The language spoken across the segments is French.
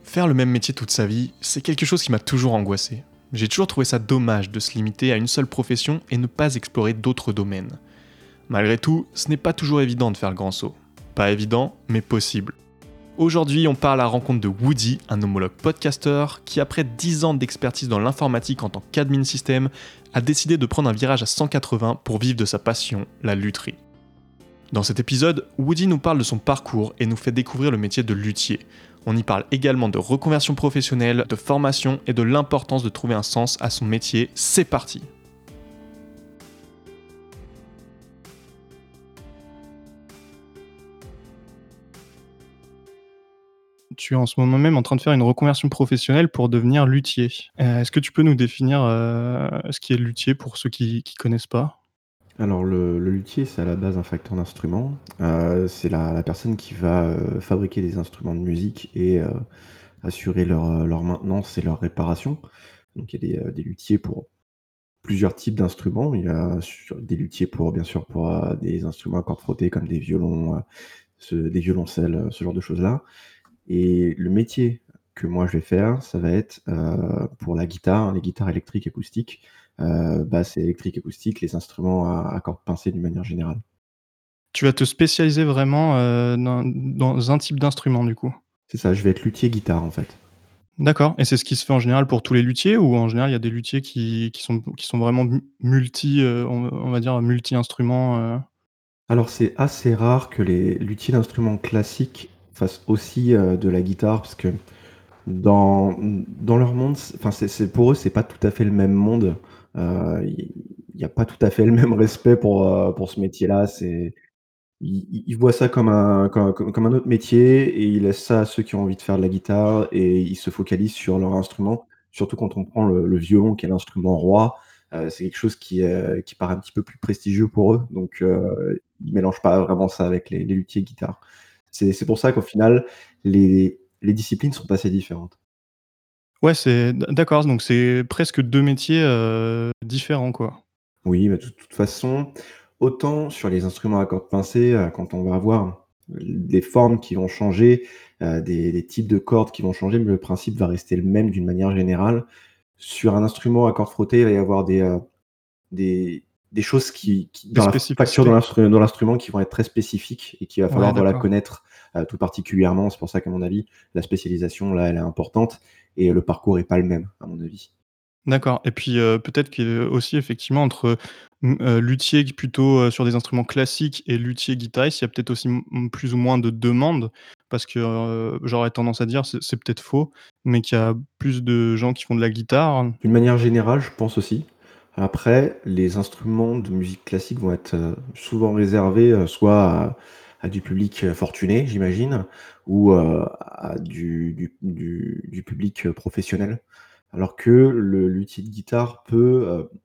Faire le même métier toute sa vie, c'est quelque chose qui m'a toujours angoissé. J'ai toujours trouvé ça dommage de se limiter à une seule profession et ne pas explorer d'autres domaines. Malgré tout, ce n'est pas toujours évident de faire le grand saut. Pas évident, mais possible. Aujourd'hui, on part à la rencontre de Woody, un homologue podcaster qui, après 10 ans d'expertise dans l'informatique en tant qu'admin système, a décidé de prendre un virage à 180 pour vivre de sa passion, la lutherie. Dans cet épisode, Woody nous parle de son parcours et nous fait découvrir le métier de luthier. On y parle également de reconversion professionnelle, de formation et de l'importance de trouver un sens à son métier. C'est parti! Tu es en ce moment même en train de faire une reconversion professionnelle pour devenir luthier. Est-ce que tu peux nous définir, ce qui est luthier pour ceux qui connaissent pas? Alors le luthier, c'est à la base un facteur d'instrument. C'est la personne qui va, fabriquer des instruments de musique et assurer leur maintenance et leur réparation. Donc il y a des luthiers pour plusieurs types d'instruments. Il y a des luthiers pour, bien sûr, pour, des instruments à cordes frottées comme des violons, des violoncelles, ce genre de choses-là. Et le métier que moi je vais faire, ça va être, pour la guitare, les guitares électriques acoustiques, basses électriques acoustiques, les instruments à cordes pincées d'une manière générale. Tu vas te spécialiser vraiment, dans un type d'instrument du coup? C'est ça, je vais être luthier guitare, en fait. D'accord, et c'est ce qui se fait en général pour tous les luthiers ou en général il y a des luthiers qui sont vraiment multi, on va dire multi-instruments, Alors c'est assez rare que les luthiers d'instruments classiques fassent aussi, de la guitare parce que dans leur monde, c'est pour eux, c'est pas tout à fait le même monde. Il y a pas tout à fait le même respect pour ce métier-là. Ils voient ça comme un autre métier et ils laissent ça à ceux qui ont envie de faire de la guitare et ils se focalisent sur leur instrument. Surtout quand on prend le violon qui est l'instrument roi, c'est quelque chose qui paraît un petit peu plus prestigieux pour eux, donc ils mélangent pas vraiment ça avec les luthiers guitare. C'est pour ça qu'au final, les disciplines sont assez différentes. Ouais, d'accord, donc c'est presque 2 métiers, différents, quoi. Oui, bah, de toute façon, autant sur les instruments à cordes pincées, quand on va avoir des formes qui vont changer, des types de cordes qui vont changer, mais le principe va rester le même d'une manière générale. Sur un instrument à cordes frottées, il va y avoir des choses qui Des dans la facture spécificités? dans l'instrument qui vont être très spécifiques et qu'il va Ouais, falloir, voilà, d'accord. connaître, tout particulièrement. C'est pour ça qu'à mon avis, la spécialisation là, elle est importante et le parcours est pas le même, à mon avis. D'accord, et puis, peut-être que aussi effectivement entre, luthier qui plutôt, sur des instruments classiques et luthier guitariste, il y a peut-être aussi plus ou moins de demandes parce que, j'aurais tendance à dire, c'est peut-être faux, mais qu'il y a plus de gens qui font de la guitare. D'une manière générale, je pense aussi. Après, les instruments de musique classique vont être, souvent réservés, soit à du public, fortuné, j'imagine, ou, à du public, professionnel. Alors que le luthier de guitare peut,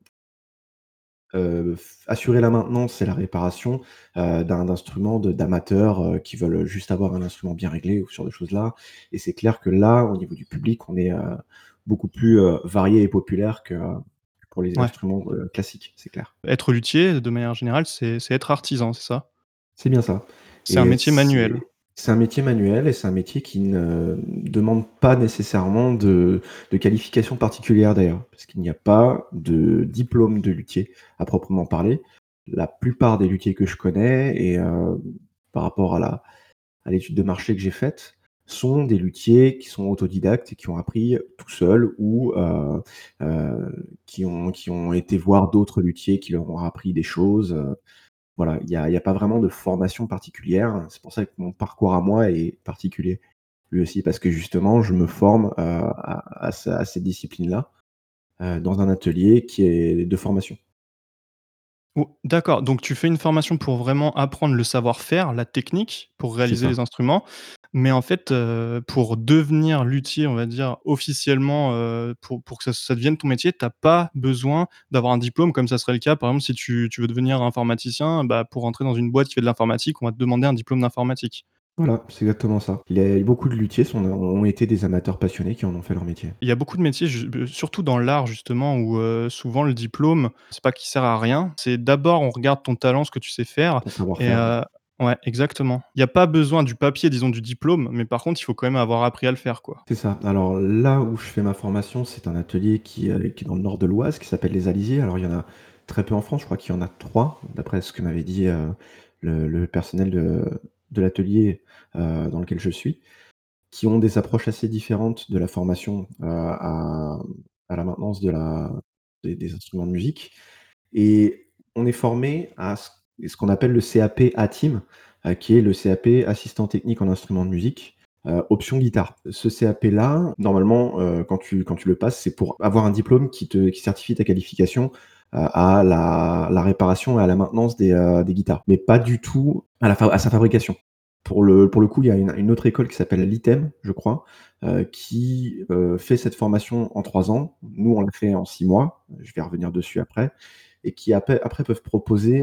f assurer la maintenance et la réparation, d'instruments d'amateurs, qui veulent juste avoir un instrument bien réglé ou ce genre de choses-là. Et c'est clair que là, au niveau du public, on est, beaucoup plus, varié et populaire que pour les Ouais. instruments, classiques, c'est clair. Être luthier, de manière générale, c'est être artisan, c'est ça? C'est bien ça. C'est un Et métier manuel. c'est un métier manuel et c'est un métier qui ne demande pas nécessairement de qualification particulière d'ailleurs, parce qu'il n'y a pas de diplôme de luthier à proprement parler. La plupart des luthiers que je connais et par rapport à l'étude de marché que j'ai faite, sont des luthiers qui sont autodidactes et qui ont appris tout seuls ou qui ont été voir d'autres luthiers qui leur ont appris des choses, voilà, il y a pas vraiment de formation particulière. C'est pour ça que mon parcours à moi est particulier, lui aussi, parce que justement, je me forme, à ces disciplines-là, dans un atelier qui est de formation. Oh, d'accord, donc tu fais une formation pour vraiment apprendre le savoir-faire, la technique, pour C'est réaliser ça. les instruments. Mais en fait, pour devenir luthier, on va dire officiellement, pour que ça devienne ton métier, tu as pas besoin d'avoir un diplôme comme ça serait le cas, par exemple, si tu veux devenir informaticien, bah, pour entrer dans une boîte qui fait de l'informatique, on va te demander un diplôme d'informatique. Voilà, c'est exactement ça. Il y a beaucoup de luthiers ont été des amateurs passionnés qui en ont fait leur métier. Il y a beaucoup de métiers, surtout dans l'art justement où, souvent le diplôme, c'est pas qu'il sert à rien, c'est d'abord on regarde ton talent, ce que tu sais faire Ton et savoir-faire, ouais. Ouais, exactement. Il y a pas besoin du papier, disons du diplôme, mais par contre, il faut quand même avoir appris à le faire, quoi. C'est ça. Alors là où je fais ma formation, c'est un atelier qui est dans le nord de l'Oise, qui s'appelle Les Alisiers. Alors il y en a très peu en France, je crois qu'il y en a 3, d'après ce que m'avait dit, le personnel de l'atelier, dans lequel je suis, qui ont des approches assez différentes de la formation, à la maintenance des instruments de musique. Et on est formé à ce qu'on appelle le CAP ATIM, qui est le CAP assistant technique en instruments de musique, option guitare. Ce CAP-là, normalement, quand tu le passes, c'est pour avoir un diplôme qui certifie ta qualification, à la réparation et à la maintenance des guitares, mais pas du tout à sa fabrication. Pour le coup, il y a une autre école qui s'appelle l'ITEM, je crois, qui, fait cette formation en 3 ans. Nous, on l'a fait en 6 mois, je vais revenir dessus après, et qui après peuvent proposer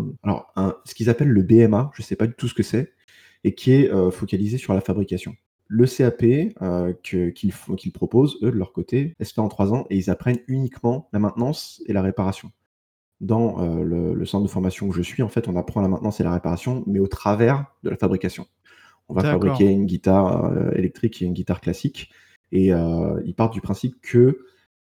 ce qu'ils appellent le BMA, je ne sais pas du tout ce que c'est, et qui est, focalisé sur la fabrication. Le CAP, qu'ils proposent, eux, de leur côté, elle se fait en 3 ans et ils apprennent uniquement la maintenance et la réparation. Dans, le centre de formation où je suis, en fait, on apprend la maintenance et la réparation, mais au travers de la fabrication. On va fabriquer D'accord. une guitare, électrique et une guitare classique et ils partent du principe que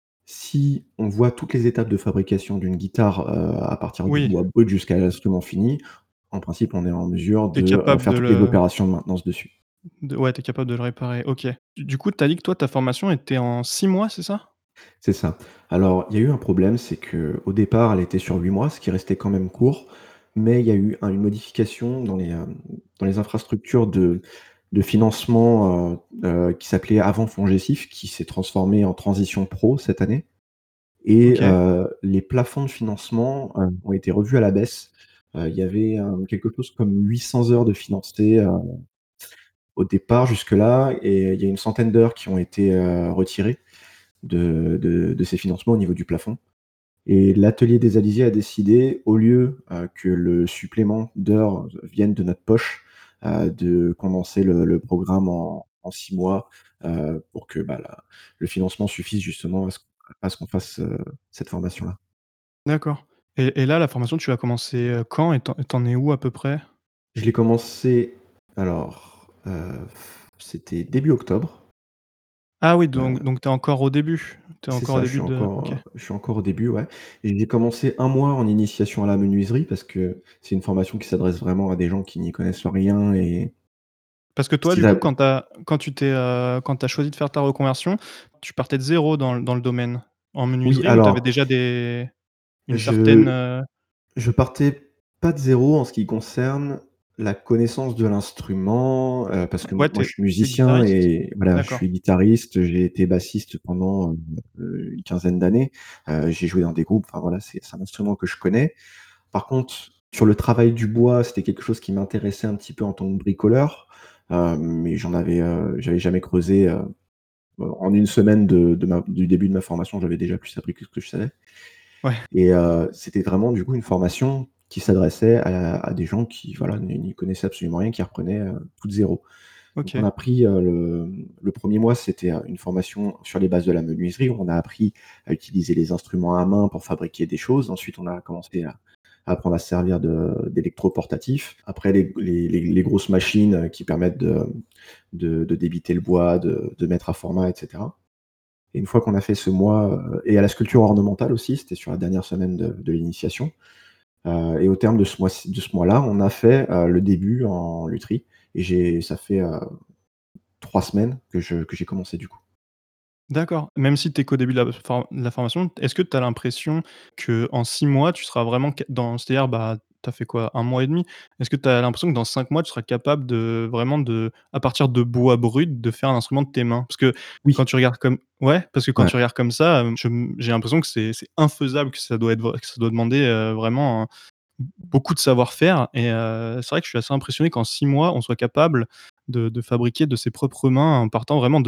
si on voit toutes les étapes de fabrication d'une guitare, à partir du Oui, bois brut jusqu'à l'instrument fini, en principe, on est en mesure tu es de, capable faire de toutes les le opérations de maintenance dessus. ouais, tu es capable de le réparer, OK. Du coup, tu as dit que toi, ta formation était en 6 mois, c'est ça? C'est ça. Alors, il y a eu un problème, c'est qu'au départ, elle était sur 8 mois, ce qui restait quand même court, mais il y a eu une modification dans les infrastructures de financement, qui s'appelait avant FONGECIF, qui s'est transformé en Transition Pro cette année et OK, les plafonds de financement, ont été revus à la baisse. Il y avait, quelque chose comme 800 heures de financé, au départ jusque-là et il y a une centaine d'heures qui ont été, retirées de ces financements au niveau du plafond. Et l'atelier des Alizés a décidé, au lieu, que le supplément d'heures vienne de notre poche, de condenser le programme en 6 mois, pour que, bah, le financement suffise justement à ce qu'on fasse, cette formation-là. d'accord. Et là, la formation, tu l'as commencé, quand et tu en es où à peu près? Je l'ai commencé alors, c'était début octobre. Ah oui, Heu, donc tu es encore au début? Tu es c'est encore au ça, début de OK. je suis encore au début, ouais et j'ai commencé un mois en initiation à la menuiserie parce que c'est une formation qui s'adresse vraiment à des gens qui n'y connaissent rien et Parce que toi, ce du qu'ils coup, a quand tu as choisi de faire ta reconversion, tu partais de zéro dans le domaine, en oui, menuiserie ou tu avais alors déjà des une certaine, je je partais pas de zéro en ce qui concerne la connaissance de l'instrument, parce que ouais, moi je suis tu es musicien guitariste? et voilà, je D'accord. suis guitariste, j'ai été bassiste pendant, une quinzaine d'années. J'ai joué dans des groupes, enfin voilà, c'est un instrument que je connais. Par contre, sur le travail du bois, c'était quelque chose qui m'intéressait un petit peu en tant que bricoleur, mais j'avais jamais creusé, en une semaine du début de ma formation, j'avais déjà plus appris que ce que je savais. Ouais, Et c'était vraiment du coup une formation qui s'adressait à des gens qui voilà, n'y connaissaient absolument rien, qui reprenaient, tout de zéro. Donc on OK. a pris, le 1er mois, c'était, une formation sur les bases de la menuiserie, où on a appris à utiliser les instruments à main pour fabriquer des choses. Ensuite, on a commencé à apprendre à se servir d'électroportatifs. Après les grosses machines, qui permettent de débiter le bois, de mettre à format et cetera. Et une fois qu'on a fait ce mois, et à la sculpture ornementale aussi, c'était sur la dernière semaine de l'initiation, et au terme de ce mois-là, on a fait, le début en lutherie et ça fait, 3 semaines que j'ai commencé du coup. D'accord. Même si tu es qu'au début de la formation, est-ce que tu as l'impression qu'en 6 mois, tu seras vraiment c'est-à-dire, bah, tu as fait quoi? 1 mois et demi. Est-ce que tu as l'impression que dans 5 mois, tu seras capable de vraiment à partir de bois brut, de faire un instrument de tes mains? Parce que quand Oui, tu regardes comme ouais, parce que quand ouais. tu regardes comme ça, j'ai l'impression que c'est infaisable, que ça doit demander, vraiment beaucoup de savoir-faire et c'est vrai que je suis assez impressionné qu'en 6 mois, on soit capable de fabriquer de ses propres mains en partant vraiment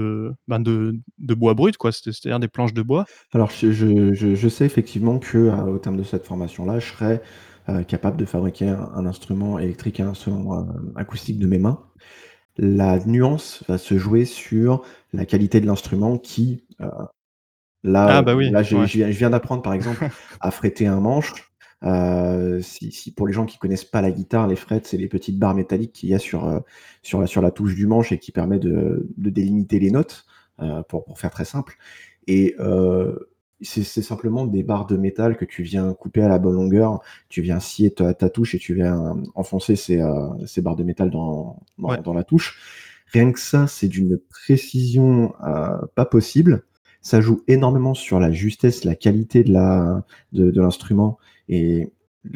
de bois brut quoi, c'est-à-dire des planches de bois. Alors je sais effectivement que, au terme de cette formation-là, je serais, capable de fabriquer un instrument électrique et un instrument, acoustique de mes mains. La nuance va se jouer sur la qualité de l'instrument Ah bah oui, ouais. je viens d'apprendre par exemple à fretter un manche. Si pour les gens qui connaissent pas la guitare, les frettes, c'est les petites barres métalliques qu'il y a sur la touche du manche et qui permet de délimiter les notes, pour faire très simple et c'est simplement des barres de métal que tu viens couper à la bonne longueur. Tu viens scier ta touche et tu viens enfoncer ces barres de métal dans Ouais, dans dans la touche. Rien que ça, c'est d'une précision, pas possible. Ça joue énormément sur la justesse, la qualité de l'instrument et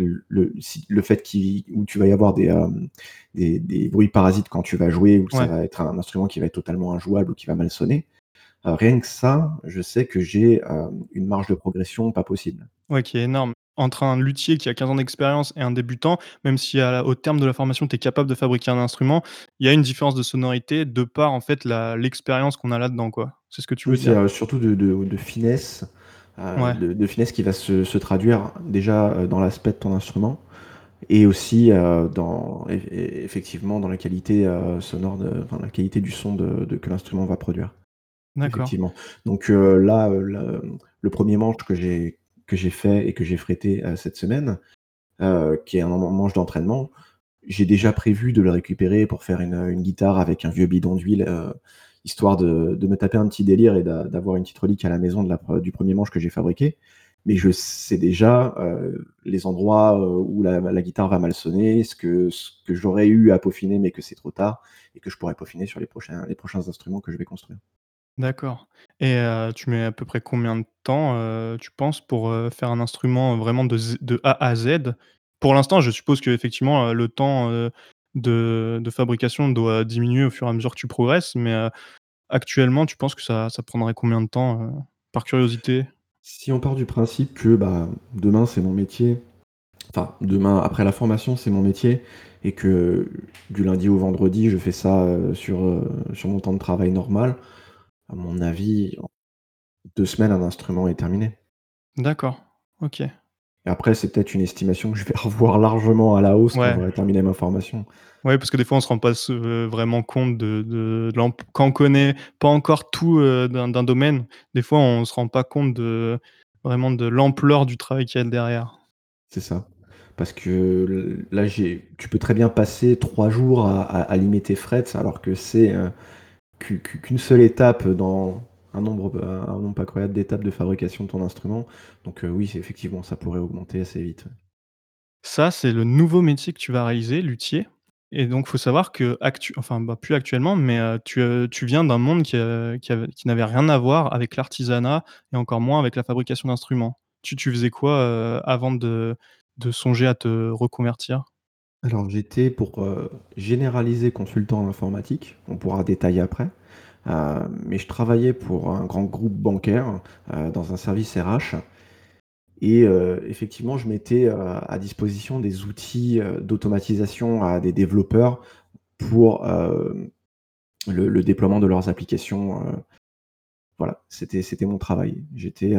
le fait où tu vas y avoir des bruits parasites quand tu vas jouer, où ça ouais. va être un instrument qui va être totalement injouable ou qui va mal sonner. Rien que ça, je sais que j'ai, une marge de progression pas possible. Ouais, qui est énorme. Entre un luthier qui a 15 ans d'expérience et un débutant, même si au terme de la formation, tu es capable de fabriquer un instrument, il y a une différence de sonorité de par, en fait, l'expérience qu'on a là-dedans, quoi. C'est ce que tu Oui, veux c'est, dire? surtout de finesse, Ouais, de finesse qui va se traduire déjà, dans l'aspect de ton instrument et aussi, effectivement dans la qualité, sonore enfin la qualité du son que l'instrument va produire, d'accord. effectivement. Donc là, le 1er manche que j'ai fait et que j'ai frété, cette semaine, qui est un manche d'entraînement. J'ai déjà prévu de le récupérer pour faire une guitare avec un vieux bidon d'huile, histoire de me taper un petit délire et d'avoir une petite relique à la maison du 1er manche que j'ai fabriqué. Mais je sais déjà, les endroits, où la guitare va mal sonner, ce que j'aurais eu à peaufiner, mais que c'est trop tard et que je pourrais peaufiner sur les prochains instruments que je vais construire. D'accord et tu mets à peu près combien de temps, tu penses pour, faire un instrument vraiment de A à Z? Pour l'instant, je suppose qu'effectivement, le temps, de fabrication doit diminuer au fur et à mesure que tu progresses, mais, actuellement, tu penses que ça prendrait combien de temps, par curiosité? Si on part du principe que, bah, demain c'est mon métier. Enfin, demain, après la formation, c'est mon métier et que du lundi au vendredi, je fais ça, sur mon temps de travail normal. À mon avis, en 2 semaines, un instrument est terminé D'accord, OK. et après, c'est peut-être une estimation que je vais revoir largement à la hausse quand Ouais. j'aurai terminé ma formation. Ouais, parce que des fois, on se rend pas vraiment compte de quand on connaît pas encore tout, d'un domaine, des fois, on se rend pas compte vraiment de l'ampleur du travail qu'il y a derrière. C'est ça. Parce que là, tu peux très bien passer 3 jours à limer tes frettes alors que c'est, qu'une seule étape dans un nombre pas croyable d'étapes de fabrication de ton instrument. Donc oui, c'est effectivement, ça pourrait augmenter assez vite, ouais. Ça, c'est le nouveau métier que tu vas réaliser, luthier et donc faut savoir que enfin, bah, plus actuellement, mais tu viens d'un monde qui n'avait rien à voir avec l'artisanat et encore moins avec la fabrication d'instruments. Tu faisais quoi, avant de songer à te reconvertir? Alors j'étais pour, généraliser consultant en informatique, on pourra détailler après, mais je travaillais pour un grand groupe bancaire, dans un service RH et effectivement je mettais, à disposition des outils, d'automatisation à des développeurs pour, le déploiement de leurs applications, voilà, c'était mon travail. J'étais,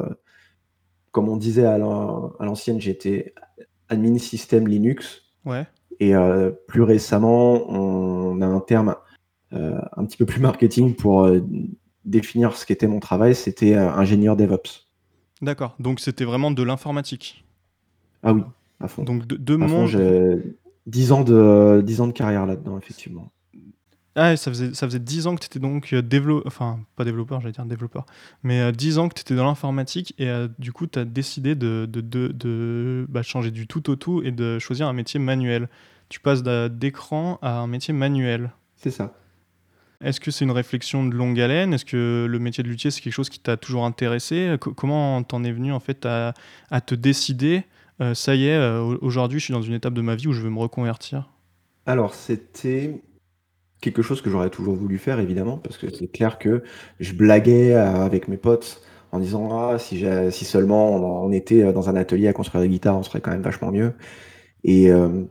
comme on disait à l'ancienne, j'étais admin système Linux Ouais. et plus récemment, on a un terme, un petit peu plus marketing pour, définir ce qu'était mon travail, c'était, ingénieur DevOps. D'accord, donc c'était vraiment de l'informatique? Ah oui, à fond. Donc deux À fond, mondes j'ai 10 ans de carrière là-dedans, effectivement. ah ouais, ça faisait 10 ans que tu étais donc, enfin pas développeur, j'allais dire développeur, mais 10 ans que tu étais dans l'informatique et du coup tu as décidé bah, changer du tout au tout et de choisir un métier manuel. Tu passes d'écran à un métier manuel. C'est ça. Est-ce que c'est une réflexion de longue haleine? Est-ce que le métier de luthier, c'est quelque chose qui t'a toujours intéressé? Comment t'en es venu en fait à te décider, «Ça y est, aujourd'hui je suis dans une étape de ma vie où je veux me reconvertir»? Alors c'était quelque chose que j'aurais toujours voulu faire évidemment, parce que c'est clair que je blaguais, avec mes potes en disant: «Ah si seulement on était, dans un atelier à construire des guitares, on serait quand même vachement mieux» et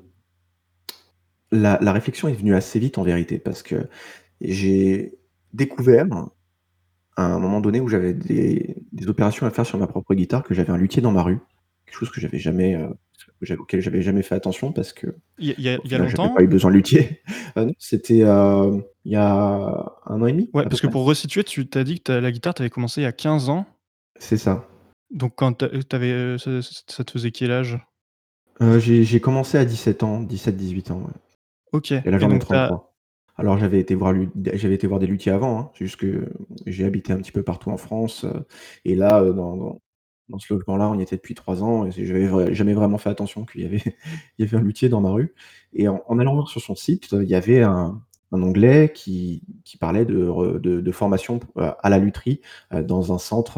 la réflexion est venue assez vite en vérité parce que j'ai découvert à un moment donné où j'avais des opérations à faire sur ma propre guitare, que j'avais un luthier dans ma rue. Quelque chose que j'avais jamais, auquel j'avais jamais fait attention parce qu'au Il y a final, j'avais pas longtemps? eu besoin de luthier. Non, c'était, il y a 1 an et demi Ouais, à peu parce que près. pour resituer, tu t'as dit que la guitare, tu avais commencé il y a 15 ans. C'est ça. Donc quand tu avais, ça te faisait quel âge? J'ai commencé à 17 ans, 17-18 ans, ouais. OK Et là, et j'en ai donc tu 33. Alors j'avais été voir des luthiers avant, hein. C'est juste que j'ai habité un petit peu partout en France, et là, dans ce logement-là, on y était depuis 3 ans et jamais vraiment fait attention qu'il y avait il y avait un luthier dans ma rue, et en allant voir sur son site, il y avait un onglet qui parlait de formation à la lutherie, dans un centre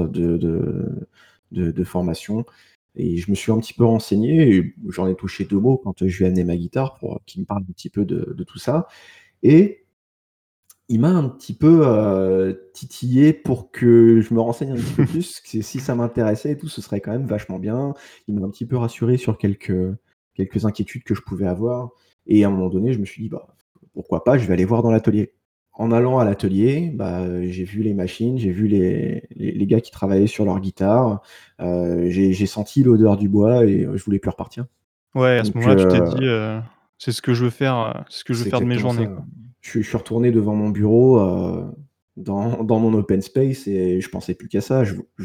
de formation, et je me suis un petit peu renseigné et j'en ai touché 2 mots quand je lui ai amené ma guitare pour qu'il me parle un petit peu de tout ça, et il m'a un petit peu, titillé pour que je me renseigne un petit peu plus, que si ça m'intéressait et tout, ce serait quand même vachement bien. Il m'a un petit peu rassuré sur quelques inquiétudes que je pouvais avoir, et à un moment donné, je me suis dit: «Bah, pourquoi pas, je vais aller voir dans l'atelier». En allant à l'atelier, bah, j'ai vu les machines, j'ai vu les gars qui travaillaient sur leur guitare, j'ai senti l'odeur du bois et je voulais plus repartir. ouais, à ce Donc moment-là, tu t'es dit, «C'est ce que je veux faire, c'est ce que je veux c'est faire de mes exactement journées, ça. quoi». Je suis retourné devant mon bureau, dans mon open space, et je pensais plus qu'à ça.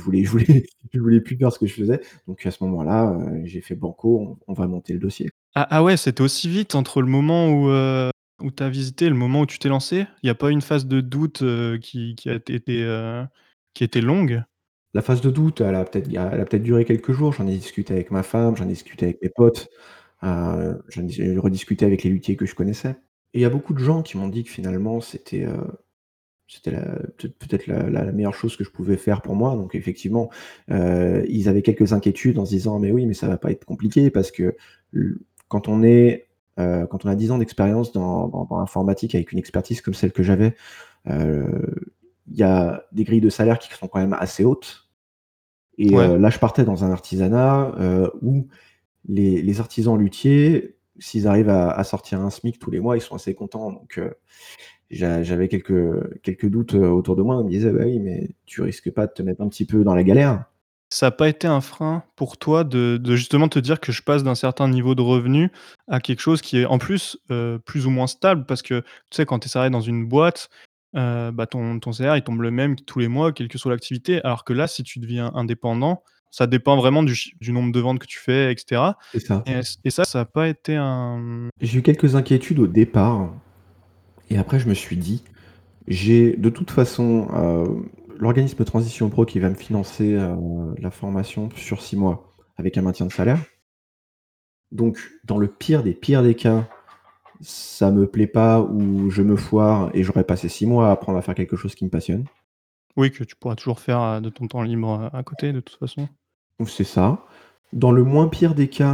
Je voulais plus faire ce que je faisais. Donc à ce moment-là, j'ai fait banco, on va monter le dossier. Ah ouais, c'était aussi vite entre le moment où tu as visité et le moment où tu t'es lancé? Il y a pas une phase de doute, qui a qui a été longue? La phase de doute, elle a peut-être duré quelques jours. J'en ai discuté avec ma femme, j'en ai discuté avec mes potes, j'en ai rediscuté avec les luthiers que je connaissais, et il y a beaucoup de gens qui m'ont dit que finalement c'était peut-être la meilleure chose que je pouvais faire pour moi. Donc effectivement, ils avaient quelques inquiétudes en se disant: «Mais oui, mais ça va pas être compliqué», parce que l quand on est, quand on a 10 ans d'expérience dans l'informatique avec une expertise comme celle que j'avais, heu, il y a des grilles de salaire qui sont quand même assez hautes, et Ouais, là, je partais dans un artisanat, où les artisans luthiers, s'ils arrivent à sortir un SMIC tous les mois, ils sont assez contents. Donc j'avais quelques doutes, autour de moi. On me disait: «Bah oui, mais tu risques pas de te mettre un petit peu dans la galère?» ça a pas été un frein pour toi de justement te dire que je passe d'un certain niveau de revenu à quelque chose qui est en plus, plus ou moins stable? Parce que, tu sais, quand tu es salarié dans une boîte, bah, ton salaire, il tombe le même tous les mois, quelle que soit l'activité. Alors que là, si tu deviens indépendant, ça dépend vraiment du nombre de ventes que tu fais et cetera. C'est ça. Et ça a pas été un, J'ai eu quelques inquiétudes au départ, et après je me suis dit: «J'ai de toute façon, l'organisme de Transition Pro qui va me financer, la formation sur 6 mois avec un maintien de salaire. Donc dans le pire des cas, ça me plaît pas ou je me foire et j'aurais passé 6 mois à apprendre à faire quelque chose qui me passionne». oui, que tu pourras toujours faire, de ton temps libre, à côté de toute façon. Donc c'est ça. Dans le moins pire des cas,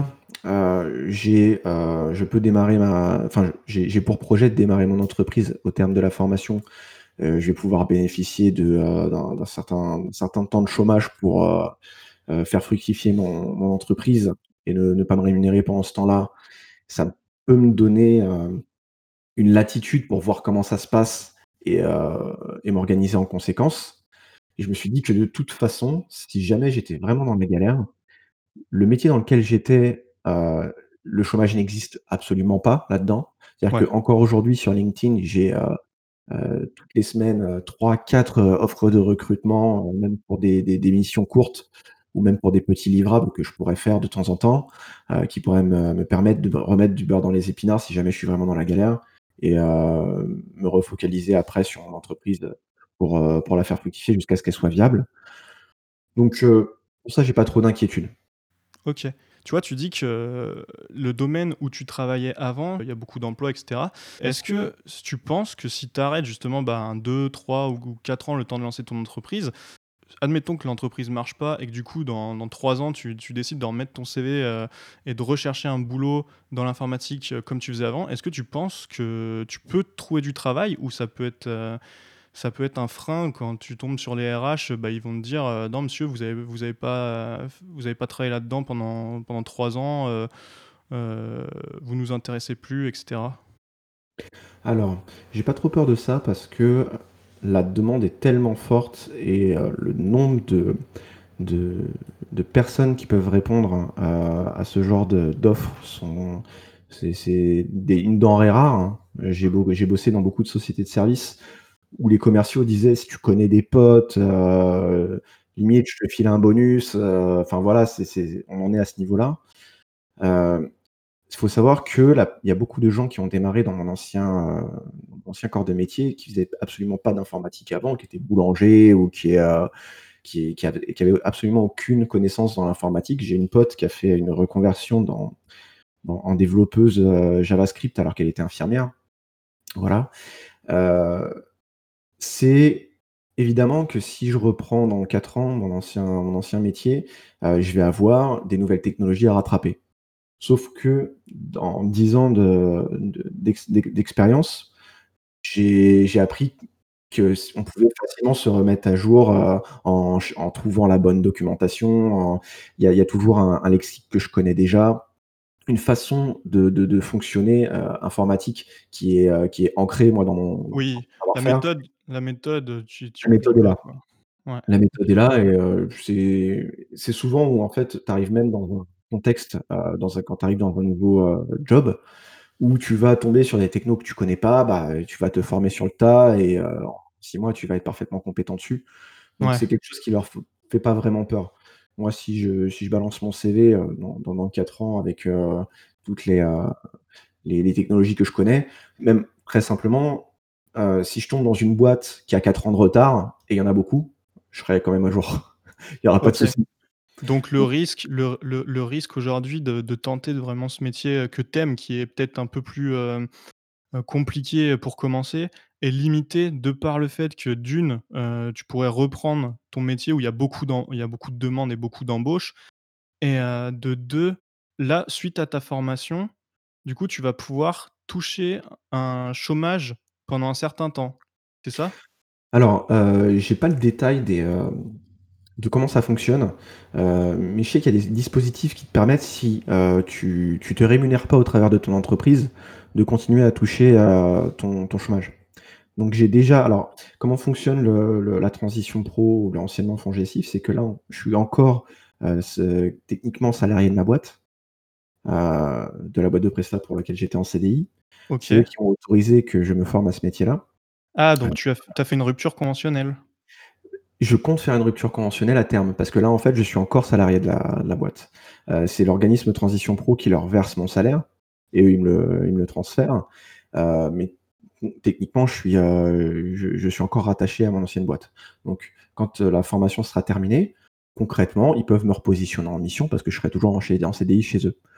je peux démarrer j'ai pour projet de démarrer mon entreprise au terme de la formation. Je vais pouvoir bénéficier d'un certain temps de chômage pour, faire fructifier mon entreprise et ne pas me rémunérer pendant ce temps-là. Ça peut me donner, une latitude pour voir comment ça se passe, et m'organiser en conséquence, et je me suis dit que de toute façon, si jamais j'étais vraiment dans mes galères, le métier dans lequel j'étais, le chômage n'existe absolument pas là-dedans. C'est-à-dire Ouais. qu'encore aujourd'hui sur LinkedIn, j'ai, toutes les semaines, 3-4 offres de recrutement, même pour des missions courtes ou même pour des petits livrables que je pourrais faire de temps en temps, qui pourraient me permettre de remettre du beurre dans les épinards si jamais je suis vraiment dans la galère, et me refocaliser après sur mon entreprise, pour la faire fructifier jusqu'à ce qu'elle soit viable. Donc pour ça, j'ai pas trop d'inquiétude. OK. Tu vois, tu dis que le domaine où tu travaillais avant, il y a beaucoup d'emplois et cetera. Est-ce que tu penses que si tu arrêtes justement, ben, 2, 3 ou 4 ans, le temps de lancer ton entreprise, admettons que l'entreprise marche pas et que du coup dans 3 ans tu décides de remettre ton CV, et de rechercher un boulot dans l'informatique, comme tu faisais avant. Est-ce que tu penses que tu peux trouver du travail ou ça peut être un frein quand tu tombes sur les RH, bah, ils vont te dire, «Non monsieur, vous avez pas travaillé là-dedans pendant 3 ans, vous nous intéressez plus» et cetera? Alors, j'ai pas trop peur de ça parce que la demande est tellement forte, et le nombre de de personnes qui peuvent répondre à ce genre d'offres c'est une denrée rare, hein. J'ai bossé dans beaucoup de sociétés de services où les commerciaux disaient: «Si tu connais des potes, limite je te file un bonus», enfin voilà, on en est à ce niveau-là. Il faut savoir que là, il y a beaucoup de gens qui ont démarré dans mon ancien corps de métier, qui faisaient absolument pas d'informatique avant, qui étaient boulangers ou qui avaient absolument aucune connaissance dans l'informatique. J'ai une pote qui a fait une reconversion en développeuse, JavaScript alors qu'elle était infirmière. Voilà. Heu, c'est évidemment que si je reprends dans 4 ans mon ancien métier, je vais avoir des nouvelles technologies à rattraper. Sauf que dans 10 ans d'expérience, j'ai appris que on pouvait facilement se remettre à jour, en trouvant la bonne documentation, il y a toujours un lexique que je connais déjà, une façon de fonctionner, informatique qui est ancrée moi dans mon Oui, savoir-faire. la méthode, tu La oublies méthode est pas, là. quoi. Ouais, La méthode est OK. là et c'est souvent où en fait tu arrives même dans un contexte, quand tu arrives dans un nouveau, job, où tu vas tomber sur des technos que tu connais pas, bah, tu vas te former sur le tas et en 6 mois, tu vas être parfaitement compétent dessus. Donc Ouais, c'est quelque chose qui leur fait pas vraiment peur. Moi, si je balance mon CV, dans 4 ans avec, toutes les technologies que je connais, même très simplement, si je tombe dans une boîte qui a 4 ans de retard, et il y en a beaucoup, je serai quand même à jour. Il y aura pas de OK. souci. Donc Donc le risque aujourd'hui de tenter de vraiment ce métier, que tu qui est peut-être un peu plus, compliqué pour commencer, est limité de par le fait que d'une, tu pourrais reprendre ton métier où il y a beaucoup de demandes et beaucoup d'embauches et de 2, là, suite à ta formation, du coup, tu vas pouvoir toucher un chômage pendant un certain temps. C'est ça? alors, j'ai pas le détail de comment ça fonctionne, mais je sais qu'il y a des dispositifs qui te permettent si, tu te rémunères pas au travers de ton entreprise, de continuer à toucher, ton chômage. Donc j'ai déjà alors comment fonctionne la transition pro ou l'anciennement FONGECIF? C'est que là, je suis encore, techniquement salarié de ma boîte, de la boîte de prestat pour laquelle j'étais en CDI. C'est eux OK. qui ont autorisé que je me forme à ce métier-là. Ah donc tu as fait une rupture conventionnelle? Je compte faire une rupture conventionnelle à terme parce que là, en fait, je suis encore salarié de la boîte. C'est l'organisme Transition Pro qui leur verse mon salaire et eux, ils me le transfèrent. Mais techniquement, je suis encore rattaché à mon ancienne boîte. Donc quand, la formation sera terminée, concrètement, ils peuvent me repositionner en mission parce que je serai toujours en CDI chez eux.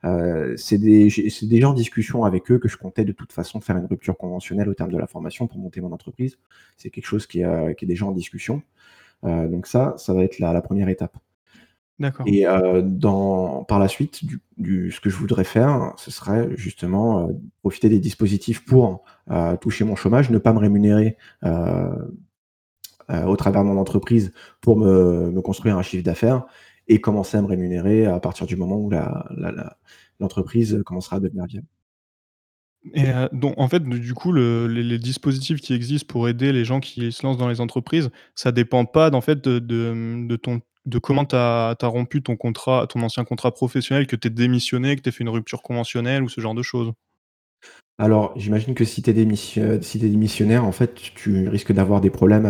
C'est déjà en discussion avec eux que je comptais de toute façon faire une rupture conventionnelle au terme de la formation pour monter mon entreprise. C'est quelque chose qui est déjà en discussion. Donc ça va être la 1re étape D'accord. et par la suite, ce que je voudrais faire, ce serait justement, profiter des dispositifs pour, toucher mon chômage, ne pas me rémunérer, au travers de mon entreprise pour me construire un chiffre d'affaires et commencer à me rémunérer à partir du moment où l'entreprise commencera à devenir viable. Et donc en fait, du coup, les dispositifs qui existent pour aider les gens qui se lancent dans les entreprises, ça dépend pas d'en fait de comment tu as rompu ton ancien contrat professionnel, que tu aies démissionné, que tu aies fait une rupture conventionnelle ou ce genre de choses? Alors, j'imagine que si tu es démissionnaire, en fait, tu risques d'avoir des problèmes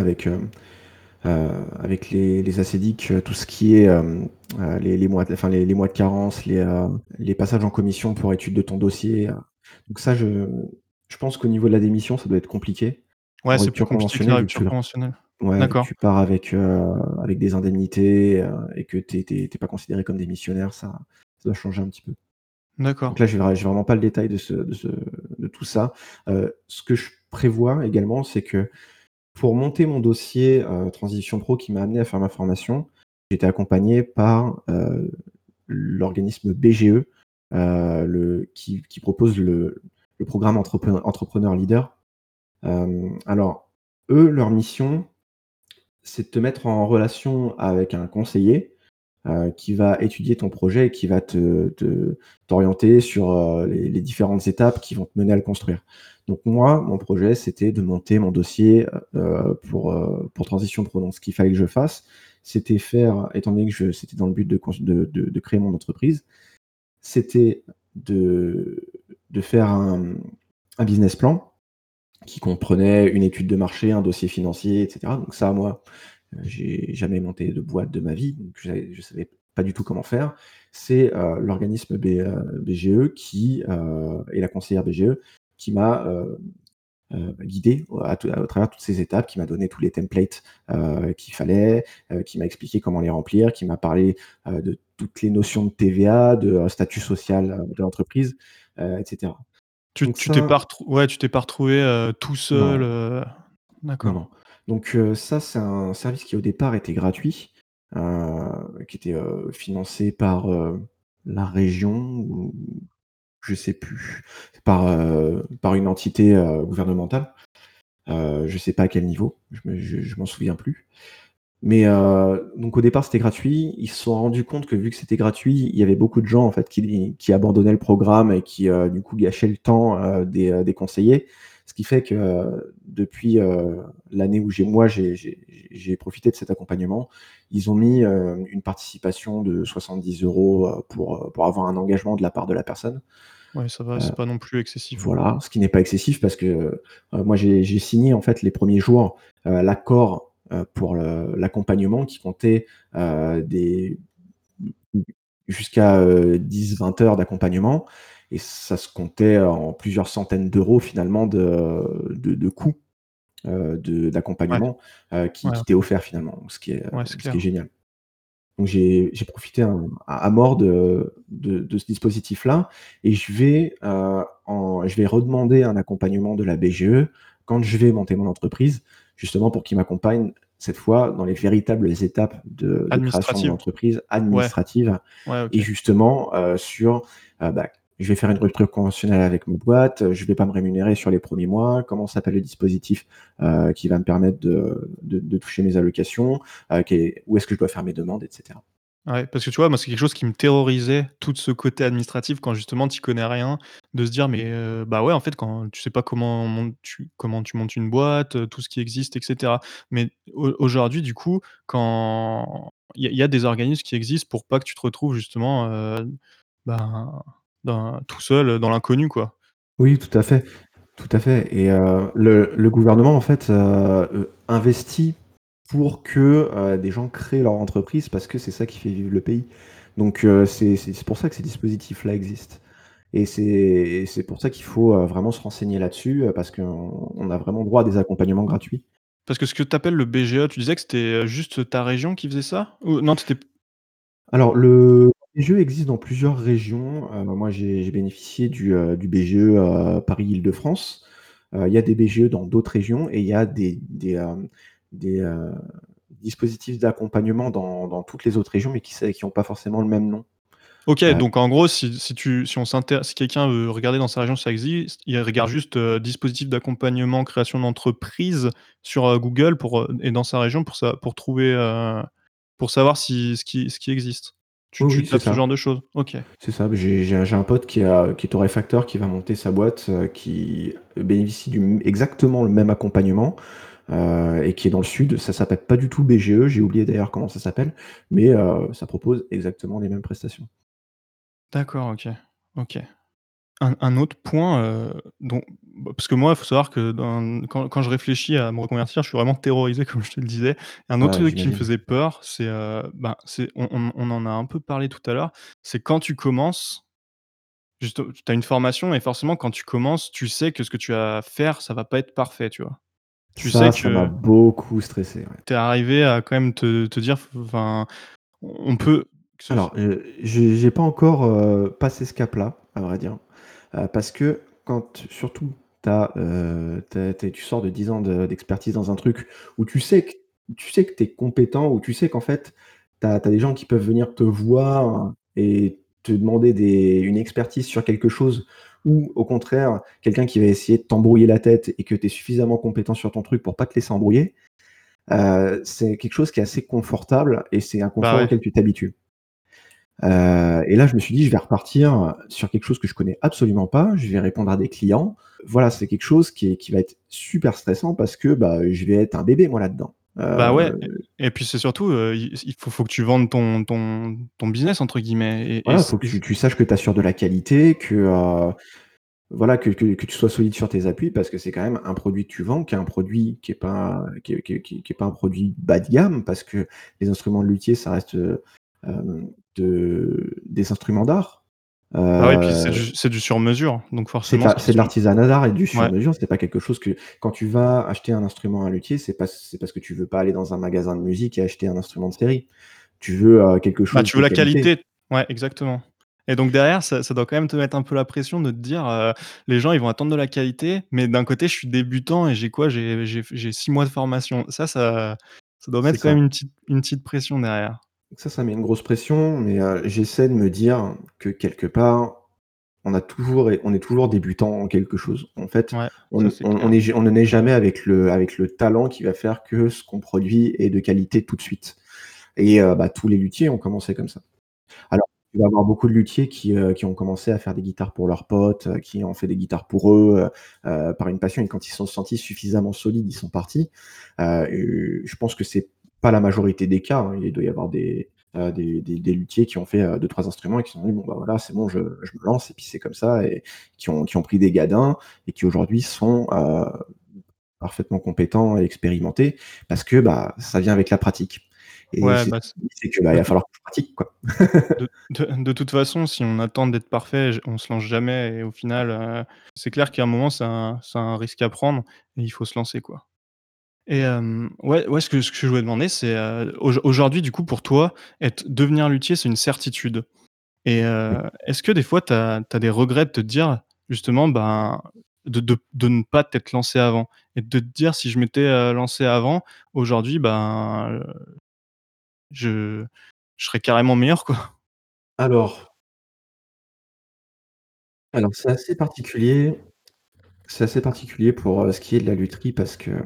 avec les ACDIC, tout ce qui est, les mois de carence, les passages en commission pour étude de ton dossier, donc ça, je pense qu'au niveau de la démission, ça doit être compliqué. Ouais, En c'est plus rupture compliqué que la conventionnelle, vu que rupture conventionnelle. ouais, D'accord, tu pars avec des indemnités, et que tu es pas considéré comme démissionnaire, ça doit changer un petit peu. Donc d'accord. là, j'ai vraiment pas le détail de tout ça. Ce que je prévois également, c'est que pour monter mon dossier, transition pro qui m'a amené à faire ma formation, j'ai été accompagné par, l'organisme BGE, qui propose le programme Entrepreneur Leader. Alors eux, leur mission, c'est de te mettre en relation avec un conseiller, qui va étudier ton projet et qui va t'orienter sur, les différentes étapes qui vont te mener à le construire. Donc moi, mon projet, c'était de monter mon dossier, pour Transition Pro. Donc ce qu'il fallait que je fasse, c'était faire étant donné que c'était dans le but de créer mon entreprise, c'était de faire un business plan qui comprenait une étude de marché, un dossier financier et cetera. Donc ça, moi, j'ai jamais monté de boîte de ma vie, donc je savais pas du tout comment faire. C'est, l'organisme BGE qui, et la conseillère BGE qui m'a, guidé au travers toutes ces étapes, qui m'a donné tous les templates, qu'il fallait, qui m'a expliqué comment les remplir, qui m'a parlé, de toutes les notions de TVA, de, statut social, de l'entreprise, et cetera. Donc Tu t'es ça pas tu t'es pas retrouvé, tout seul, non, non, d'accord. non. Donc ça, c'est un service qui, au départ, était gratuit, qui était, financé par, la région ou je sais plus, par une entité, gouvernementale. Je sais pas à quel niveau, je m'en souviens plus. Mais donc au départ, c'était gratuit. Ils se sont rendus compte que vu que c'était gratuit, il y avait beaucoup de gens en fait qui abandonnaient le programme et qui, du coup gâchaient le temps, des conseillers. Ce qui fait que, depuis, l'année où j'ai profité de cet accompagnement, ils ont mis, une participation de 70 €, pour avoir un engagement de la part de la personne. Ouais, ça va, Heu c'est pas non plus excessif, quoi. voilà, ce qui n'est pas excessif parce que, moi j'ai signé en fait les premiers jours, l'accord, pour l'accompagnement qui comptait, des jusqu'à, 10-20 heures d'accompagnement et ça se comptait en plusieurs centaines d'euros finalement de coûts, Ouais, d'accompagnement, ouais, qui t'est offert finalement, ouais, c'est ce qui est clair. génial. Donc j'ai profité à mort de ce dispositif-là et je vais redemander un accompagnement de la BGE quand je vais monter mon entreprise, justement pour qu'ils m'accompagnent cette fois dans les véritables étapes de création de Administrative? l'entreprise Ouais, administrative ouais, et OK. justement, sur, je vais faire une rupture conventionnelle avec ma boîte, je vais pas me rémunérer sur les premiers mois, comment s'appelle le dispositif, qui va me permettre de toucher mes allocations, où est-ce que je dois faire mes demandes et cetera. Ouais, parce que tu vois, moi, c'est quelque chose qui me terrorisait, tout ce côté administratif quand justement tu connais rien, de se dire: «Mais, bah, ouais, en fait, quand tu sais pas comment tu montes une boîte, tout ce qui existe et cetera». Mais aujourd'hui, du coup, quand il y a des organismes qui existent pour pas que tu te retrouves justement, ben, tout seul, dans l'inconnu, quoi. Oui, tout à fait et le gouvernement en fait, investit pour que, des gens créent leur entreprise parce que c'est ça qui fait vivre le pays. Donc c'est pour ça que ces dispositifs-là existent et c'est pour ça qu'il faut, vraiment se renseigner là-dessus, parce qu'on a vraiment droit à des accompagnements gratuits. Parce que ce que tu appelles le BGE, tu disais que c'était, juste ta région qui faisait ça? Ou non, tu Alors le BGE existe dans plusieurs régions, moi j'ai bénéficié du BGE, Paris-Île-de-France. Il y a des BGE dans d'autres régions et il y a des, dispositifs d'accompagnement dans toutes les autres régions, mais qui ont pas forcément le même nom. OK, Heu, donc en gros, si quelqu'un veut regarder dans sa région si ça existe, il regarde juste, dispositif d'accompagnement, création d'entreprise sur, Google et dans sa région pour trouver, pour savoir si ce qui existe. oui, Tu oui, c'est tapes ce ça, genre de choses? OK. c'est ça. J'ai un pote qui est torréfacteur, qui va monter sa boîte, qui bénéficie exactement le même accompagnement, et qui est dans le sud. Ça s'appelle pas du tout BGE, j'ai oublié d'ailleurs comment ça s'appelle, mais ça propose exactement les mêmes prestations. D'accord, OK. OK. Un autre point, dont parce que moi, il faut savoir que quand je réfléchis à me reconvertir, je suis vraiment terrorisé comme je te le disais. Un autre Ouais, truc qui me j'imagine. faisait peur, c'est, c'est on en a un peu parlé tout à l'heure, c'est quand tu commences, juste tu as une formation et forcément quand tu commences, tu sais que ce que tu vas faire, ça va pas être parfait, tu vois? Tu sais Ça m'a que beaucoup stressé, ouais. tu es arrivé à quand même te dire, enfin, on peut que ce Alors, j'ai pas encore, passé ce cap-là, à vrai dire, parce que quand surtout tu sors de 10 ans d'expertise dans un truc où tu sais que tu es compétent, où tu sais qu'en fait, tu as des gens qui peuvent venir te voir et te demander une expertise sur quelque chose ou au contraire, quelqu'un qui va essayer de t'embrouiller la tête et que tu es suffisamment compétent sur ton truc pour pas te laisser embrouiller, c'est quelque chose qui est assez confortable et c'est un bah, confort ouais. auquel tu t'habitues. Et là, je me suis dit: «Je vais repartir sur quelque chose que je connais absolument pas, je vais répondre à des clients». Voilà, c'est quelque chose qui va être super stressant parce que, je vais être un bébé moi là-dedans. Bah, ouais et puis c'est surtout, il faut que tu vendes ton «business» entre guillemets Voilà, faut que et tu saches que tu assures de la qualité, que, voilà, que tu sois solide sur tes appuis parce que c'est quand même un produit que tu vends, qui est un produit qui est pas un produit bas de gamme parce que les instruments de luthier, ça reste, des instruments d'art. Bah oui, puis Heu, c'est du sur mesure, donc forcément ça c'est de se l'artisanat d'art et du ouais, sur-mesure. C'est pas quelque chose que quand tu vas acheter un instrument à un luthier, c'est parce que tu veux pas aller dans un magasin de musique et acheter un instrument de série. Tu veux, quelque bah, chose tu veux de la qualité. qualité, ouais, exactement et donc derrière ça doit quand même te mettre un peu la pression de te dire, les gens ils vont attendre de la qualité, mais d'un côté je suis débutant et j'ai quoi? J'ai 6 mois de formation. Ça doit C'est mettre quand même ça. une petite pression derrière. Ça met une grosse pression, mais j'essaie de me dire que quelque part, on est toujours débutant en quelque chose. En fait, Ouais, ça c'est on clair. est on ne naît jamais avec le talent qui va faire que ce qu'on produit est de qualité tout de suite et bah, tous les luthiers ont commencé comme ça. Alors, tu vas avoir beaucoup de luthiers qui ont commencé à faire des guitares pour leurs potes, qui ont fait des guitares pour eux, par une passion et quand ils se sont sentis suffisamment solides, ils sont partis. Je pense que c'est pas la majorité des cas, hein. Il doit y avoir des luthiers qui ont fait, 2-3 instruments et qui se sont dit: «Bon, bah, voilà, c'est bon, je me lance» et puis c'est comme ça et qui ont pris des gadins et qui aujourd'hui sont, parfaitement compétents et expérimentés parce que, bah, ça vient avec la pratique et Ouais, c'est bah, c'est que, bah, il de va toute falloir que je pratique, quoi. de toute façon, si on attend d'être parfait, j on se lance jamais et au final, c'est clair qu'à un moment c'est un risque à prendre et il faut se lancer, quoi. Et ouais, ce que je voulais demander, c'est, aujourd'hui, du coup, pour toi, devenir luthier, c'est une certitude et Oui. est-ce que des fois, tu as des regrets de te dire, justement, ben, de ne pas t'être lancé avant et de te dire: «Si je m'étais, lancé avant, aujourd'hui, ben, je je serais carrément meilleur, quoi». Alors alors c'est assez particulier pour, ce qui est de la lutherie parce qu'il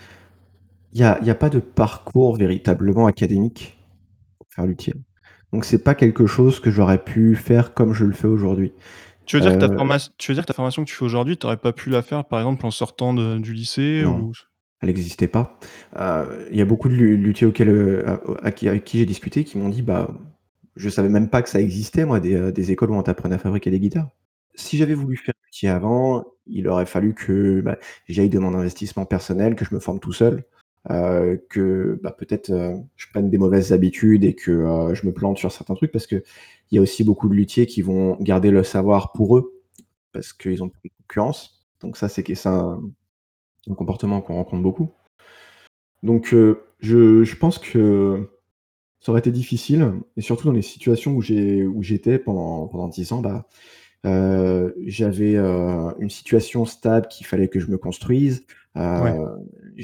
y a pas de parcours véritablement académique pour faire luthier. Donc c'est pas quelque chose que j'aurais pu faire comme je le fais aujourd'hui. Heu, Tu veux dire que ta formation que tu fais aujourd'hui, tu aurais pas pu la faire, par exemple, en sortant du lycée non, ou elle existait pas. Il y a beaucoup de luthiers auxquels, avec qui j'ai discuté qui m'ont dit: «Bah, je savais même pas que ça existait moi des écoles où on t'apprenait à fabriquer des guitares». Si j'avais voulu faire luthier avant, il aurait fallu que, bah, j'aille de mon investissement personnel, que je me forme tout seul, que, bah, peut-être, je prenne des mauvaises habitudes et que, je me plante sur certains trucs parce qu'il y a aussi beaucoup de luthiers qui vont garder le savoir pour eux, parce qu'ils ont plus de concurrence. Donc ça, c'est un comportement qu'on rencontre beaucoup. Donc je pense que ça aurait été difficile et surtout dans les situations où j'étais pendant 10 ans, bah, j'avais, une situation stable qu'il fallait que je me construise. ouais. Heu,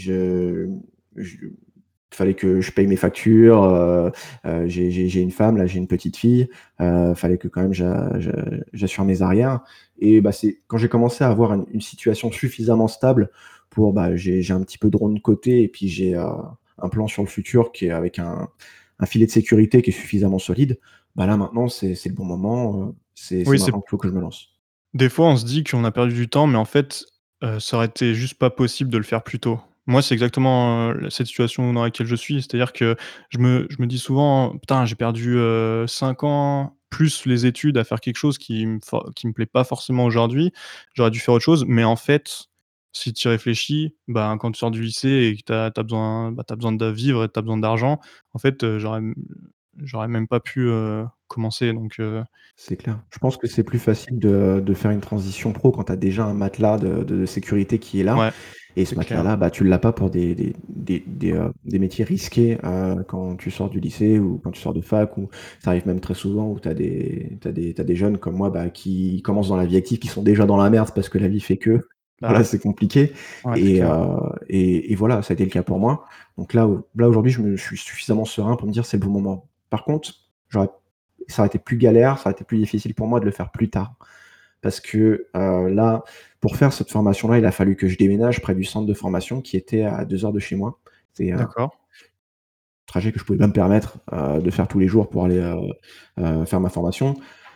je fallait que je paye mes factures, j'ai une femme, là, j'ai une petite fille, fallait que quand même j'assure mes arrières et bah, c'est quand j'ai commencé à avoir une situation suffisamment stable pour, bah, j'ai un petit peu de rond de côté et puis j'ai, un plan sur le futur qui est avec un filet de sécurité qui est suffisamment solide, bah, là, maintenant, c'est le bon moment, c'est Oui, c'est maintenant qu'il faut que je me lance. des fois, on se dit qu'on a perdu du temps, mais en fait, ça aurait été juste pas possible de le faire plus tôt. Moi, c'est exactement, cette situation dans laquelle je suis. C'est-à-dire que je me dis souvent: «Putain, j'ai perdu, 5 ans plus les études à faire quelque chose qui me plaît pas forcément aujourd'hui. J'aurais dû faire autre chose». Mais en fait, si tu y réfléchis, ben, quand tu sors du lycée et que tu as besoin, bah, tu besoin de vivre et tu as besoin d'argent, en fait, j'aurais même pas pu, commencer donc C'est clair. Je pense que c'est plus facile de faire une transition pro quand tu as déjà un matelas de sécurité qui est là ouais, et ce c'est clair. matelas-là, bah, tu l'as pas pour des métiers risqués, quand tu sors du lycée ou quand tu sors de fac ou ça arrive même très souvent où tu as des jeunes comme moi, bah, qui commencent dans la vie active, qui sont déjà dans la merde parce que la vie fait que, Bah, voilà, ouais. c'est compliqué Ouais, c'est clair. et voilà, ça a été le cas pour moi. Donc là aujourd'hui, je suis suffisamment serein pour me dire: «C'est le bon moment». Par contre, j'aurais ça aurait été plus galère, ça aurait été plus difficile pour moi de le faire plus tard. Parce que, là, pour faire cette formation-là, il a fallu que je déménage près du centre de formation qui était à 2 heures de chez moi. C'est un D'accord. trajet que je pouvais pas me permettre, de faire tous les jours pour aller, faire ma formation.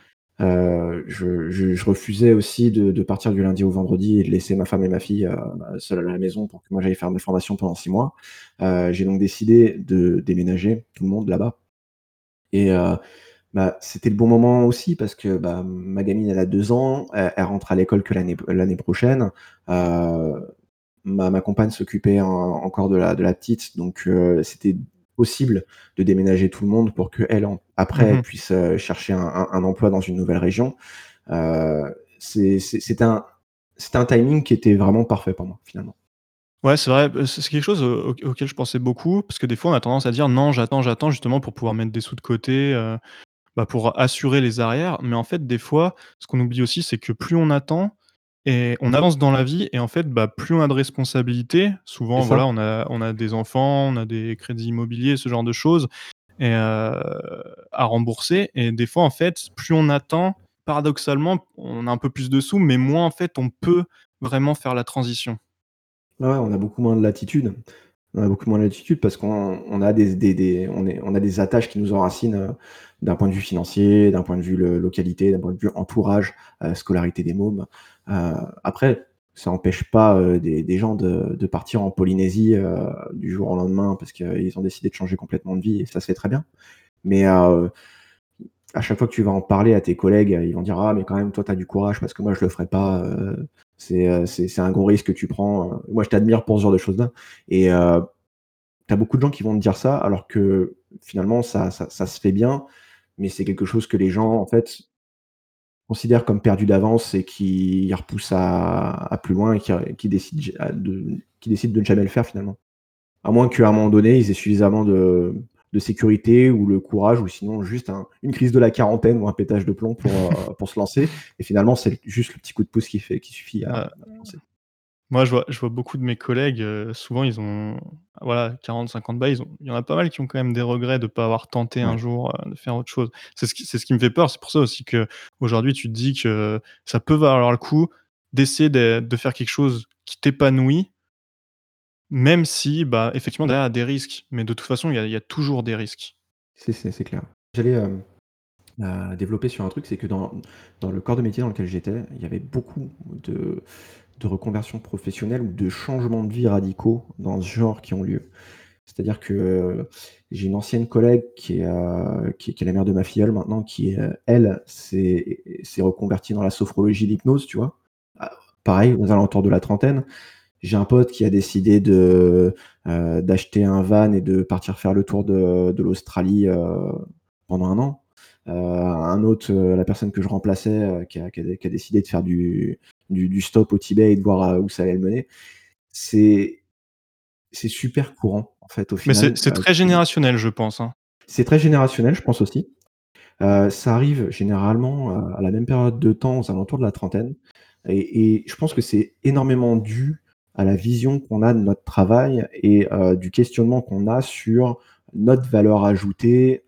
Je refusais aussi de partir du lundi au vendredi et de laisser ma femme et ma fille, bah, seules à la maison pour que moi j'aille faire mes formations pendant 6 mois. J'ai donc décidé de déménager tout le monde là-bas et bah, c'était le bon moment aussi parce que, bah, ma gamine, elle a 2 ans, elle rentre à l'école que l'année prochaine. Heu, ma compagne s'occupait encore de la petite, donc c'était possible de déménager tout le monde pour qu'elle, après, elle Mmh. puisse chercher un emploi dans une nouvelle région. C'était un timing qui était vraiment parfait pour moi, finalement. Ouais, c'est vrai, c'est quelque chose auquel je pensais beaucoup parce que des fois on a tendance à dire: «Non, j'attends» justement pour pouvoir mettre des sous de côté, bah, pour assurer les arrières. Mais en fait, des fois, ce qu'on oublie aussi, c'est que plus on attend et on avance dans la vie et en fait, bah, plus on a de responsabilités. C'est Souvent, ça? voilà, on a des enfants, on a des crédits immobiliers, ce genre de choses et à rembourser et des fois, en fait, plus on attend, paradoxalement, on a un peu plus de sous, mais moins, en fait, on peut vraiment faire la transition. Ouais, on a beaucoup moins de latitude. On a beaucoup moins de latitude parce qu'on a on a des attaches qui nous enracinent, d'un point de vue financier, d'un point de vue localité, d'un point de vue entourage, scolarité des mômes. Après, ça n'empêche pas, des gens de partir en Polynésie, du jour au lendemain parce qu'ils ont décidé de changer complètement de vie et ça se fait très bien. Mais, à chaque fois que tu vas en parler à tes collègues, ils vont dire: «Ah mais quand même toi tu as du courage parce que moi je le ferais pas, c'est un gros risque que tu prends, moi je t'admire pour ce genre de choses-là» et tu as beaucoup de gens qui vont te dire ça, alors que finalement ça se fait bien, mais c'est quelque chose que les gens, en fait, considèrent comme perdu d'avance et qui repoussent à plus loin et qui décident qui décident de ne jamais le faire finalement. À moins qu'à un moment donné, ils aient suffisamment de sécurité ou le courage ou sinon juste une crise de la quarantaine ou un pétage de plomb pour se lancer et finalement, c'est juste le petit coup de pouce qui suffit à Heu, se lancer. Moi, je vois beaucoup de mes collègues, souvent ils ont voilà 40-50 balles, il y en a pas mal qui ont quand même des regrets de ne pas avoir tenté un Ouais. jour, de faire autre chose. C'est ce qui me fait peur. C'est pour ça aussi qu'aujourd'hui tu te dis que ça peut valoir le coup d'essayer de faire quelque chose qui t'épanouit, même si, bah, effectivement derrière il y a des risques. Mais de toute façon, il y a toujours des risques. C'est clair. J'allais, développer sur un truc, c'est que dans le corps de métier dans lequel j'étais, il y avait beaucoup de reconversions professionnelles ou de changements de vie radicaux dans ce genre qui ont lieu. C'est-à-dire que, j'ai une ancienne collègue qui est la mère de ma filleule maintenant, qui, elle, s'est reconvertie dans la sophrologie, l'hypnose, tu vois? Ah, pareil, aux alentours de la trentaine. J'ai un pote qui a décidé d'acheter un van et de partir faire le tour de l'Australie, pendant un an. Un autre, la personne que je remplaçais, qui a décidé de faire du stop au Tibet et de voir, où ça allait le mener. C'est c'est super courant, en fait, au Mais c'est final, c'est très générationnel, je pense, hein. c'est très générationnel, je pense aussi. Ça arrive généralement, à la même période de temps, aux alentours de la trentaine et je pense que c'est énormément dû à la vision qu'on a de notre travail et du questionnement qu'on a sur notre valeur ajoutée,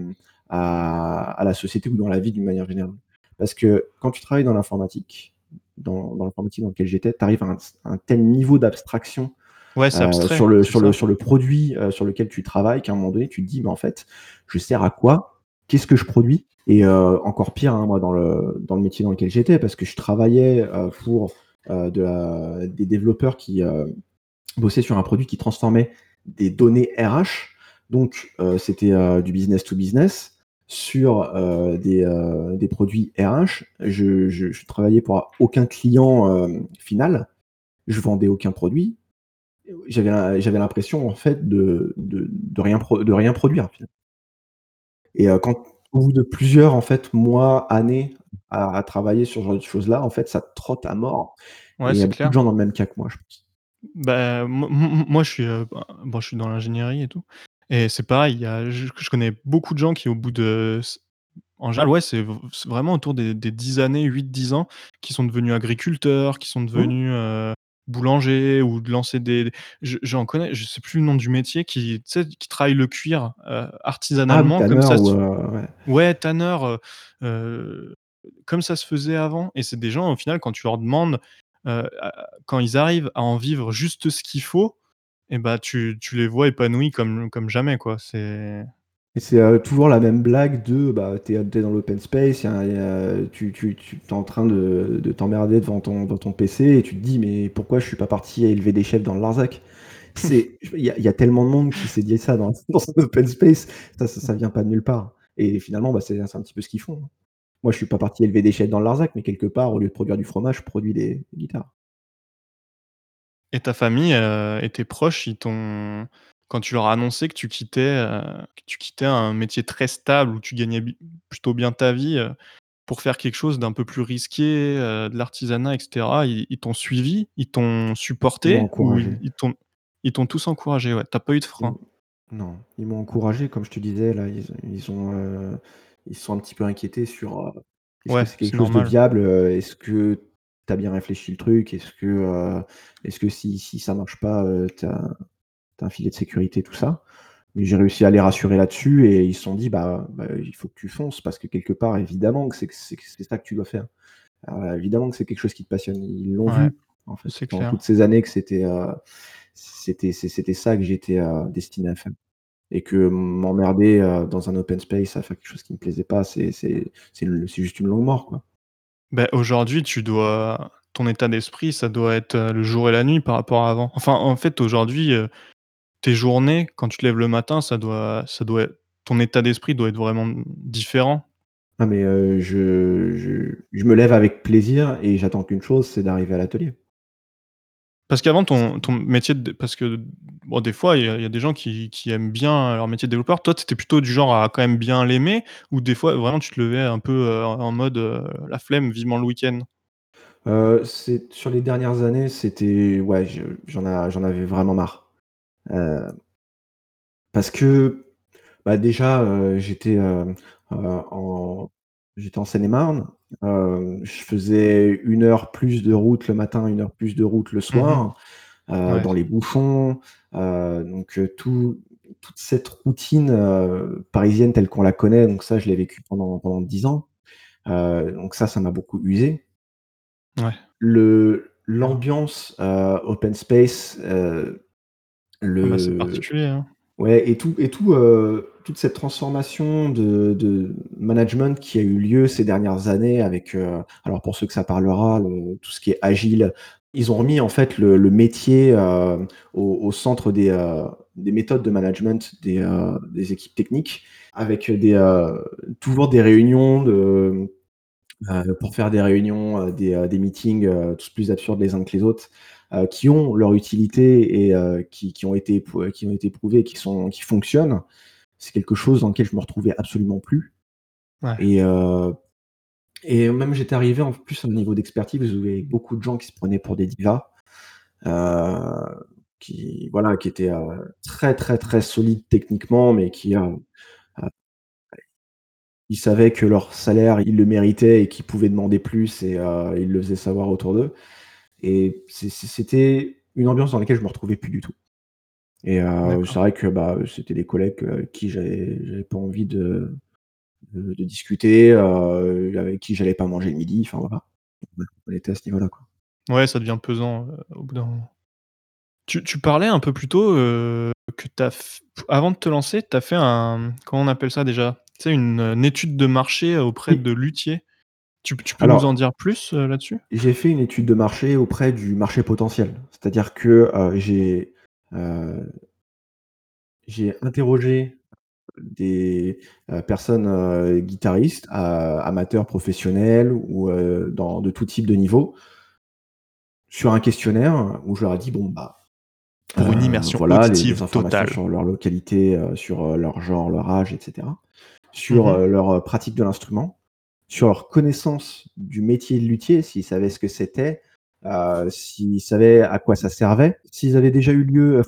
à la société ou dans la vie d'une manière générale. Parce que quand tu travailles dans l'informatique, dans l'informatique dans lequel j'étais, tu arrives à un tel niveau d'abstraction Ouais, c'est abstrait, c'est ça. sur le produit, sur lequel tu travailles, qu'à un moment donné, tu te dis: «Mais en fait, je sers à quoi? Qu'est-ce que je produis?» et encore pire, hein, moi, dans le métier dans lequel j'étais, parce que je travaillais, pour, des développeurs qui, bossaient sur un produit qui transformait des données RH. Donc c'était, du business to business sur, des produits RH. Je travaillais pour aucun client, final. Je vendais aucun produit. J'avais l'impression en fait de rien produire finalement et quand au bout de plusieurs en fait mois, années à travailler sur ce genre de choses-là, en fait, ça te trotte à mort et Ouais, il y a c'est beaucoup de clair. gens dans le même cas que moi, je pense. Bah, moi je suis, bon, je suis dans l'ingénierie et tout et c'est pareil, je connais beaucoup de gens qui au bout de en général, ouais, c'est vraiment autour des 10 années, 8-10 ans, qui sont devenus agriculteurs, qui sont Mmh. devenus, boulangers ou de lancer des j'en connais, je sais plus le nom du métier qui, tu sais, qui travaillent le cuir, Ah oui, artisanalement comme tanneur ça ou se ouais. ouais, tanneur, heu, comme ça se faisait avant et c'est des gens, au final, quand tu leur demandes, quand ils arrivent à en vivre juste ce qu'il faut et bah, tu les vois épanouis comme jamais, quoi. Et c'est, toujours la même blague de, bah, tu es dans l'open space, il y a tu es en train de t'emmerder devant ton PC et tu te dis: «Mais pourquoi je suis pas parti élever des chèvres dans le Larzac?» Il y a tellement de monde qui s'est dit ça dans un open space, ça vient pas de nulle part et finalement, bah, c'est un petit peu ce qu'ils font, hein. Moi, je suis pas parti élever des chèvres dans le Larzac, mais quelque part, au lieu de produire du fromage, je produis des guitares. Et ta famille, et tes proches, ils t'ont quand tu leur as annoncé que tu quittais un métier très stable où tu gagnais plutôt bien ta vie, pour faire quelque chose d'un peu plus risqué, de l'artisanat et cetera, ils t'ont suivi? Ils t'ont Ils m'ont supporté? Ou encouragé. ils t'ont tous encouragé, ouais, tu pas eu de Ils frein? m Non, ils m'ont encouragé, comme je te disais là, ils sont un petit peu inquiétés sur, est-ce que Ouais, c'est quelque c'est chose de normal. viable? Est-ce que tu as bien réfléchi le truc? Est-ce que si ça marche pas, tu as un filet de sécurité, tout ça? Mais j'ai réussi à les rassurer là-dessus et ils se sont dit: «Bah, il faut que tu fonces parce que quelque part, évidemment que c'est ça que tu dois faire. Évidemment que c'est quelque chose qui te passionne». Ils l'ont Ouais, vu, en fait, c'est pendant clair. toutes ces années que c'était ça que j'étais, destiné à faire. Et que m'emmerder, dans un open space à faire quelque chose qui me plaisait pas, c'est juste une longue mort, quoi. Beh, aujourd'hui, ton état d'esprit, ça doit être, le jour et la nuit par rapport à avant. Enfin, en fait, aujourd'hui, tes journées, quand tu te lèves le matin, ça doit être ton état d'esprit doit être vraiment différent. Ah mais, je me lève avec plaisir et j'attends qu'une chose, c'est d'arriver à l'atelier. Parce qu'avant C'est ton métier de parce que, bon, des fois, il y a des gens qui aiment bien leur métier de développeur. Toi, tu étais plutôt du genre à quand même bien l'aimer, ou des fois, vraiment, tu te levais un peu, en mode, la flemme, vivement le week-end? c'est sur les dernières années, c'était ouais, j'en avais vraiment marre. Heu, Parce que, bah, déjà, en j'étais en Seine-et-Marne, je faisais 1 heure plus de route le matin, 1 heure plus de route le Mmh. soir. Ouais, Dans les bouchons, toute cette routine, parisienne telle qu'on la connaît, donc ça, je l'ai vécu pendant 10 ans. Donc ça m'a beaucoup usé. ouais, clair. L'ambiance, open space, Ah bah, c'est le particulier, hein. ouais toute cette transformation de management qui a eu lieu ces dernières années avec, alors pour ceux que ça parlera, tout ce qui est agile. Ils ont remis en fait le métier, au centre des méthodes de management des équipes techniques avec toujours des réunions pour faire des réunions, des meetings, tous plus absurdes les uns que les autres, qui ont leur utilité et qui ont été prouvés, qui fonctionnent. C'est quelque chose dans lequel je me retrouvais absolument plus Ouais. et heu et même j'étais arrivé en plus à un niveau d'expertise où il y avait beaucoup de gens qui se prenaient pour des divas, qui voilà, qui étaient, très, très, très solides techniquement, mais ils savaient que leur salaire, ils le méritaient et qu'ils pouvaient demander plus et ils le faisaient savoir autour d'eux. Et c'était une ambiance dans laquelle je me retrouvais plus du tout. Et c'est D'accord. vrai que, bah, c'était des collègues, avec qui j'avais pas envie de discuter, avec qui j'allais pas manger le midi, enfin voilà. On était à ce niveau-là, quoi. Ouais, ça devient pesant, au bout d'un moment. Tu parlais un peu plus tôt, que tu f avant de te lancer, tu as fait un comment on appelle ça déjà? Tu sais, une étude de marché auprès Oui, de luthiers. Tu peux nous en alors dire plus, là-dessus? j'ai fait une étude de marché auprès du marché potentiel. C'est-à-dire que, heu, j'ai interrogé des, personnes, guitaristes, amateurs, professionnels ou, de tout type de niveau, sur un questionnaire où je leur ai dit: «Bon, bah, Pour une immersion voilà les auditive informations totale. sur leur localité, sur, leur genre, leur âge et cetera, sur, Mmh. leur, pratique de l'instrument, sur leur connaissance du métier de luthier, s'ils savaient ce que c'était, s'ils savaient à quoi ça servait, s'ils avaient déjà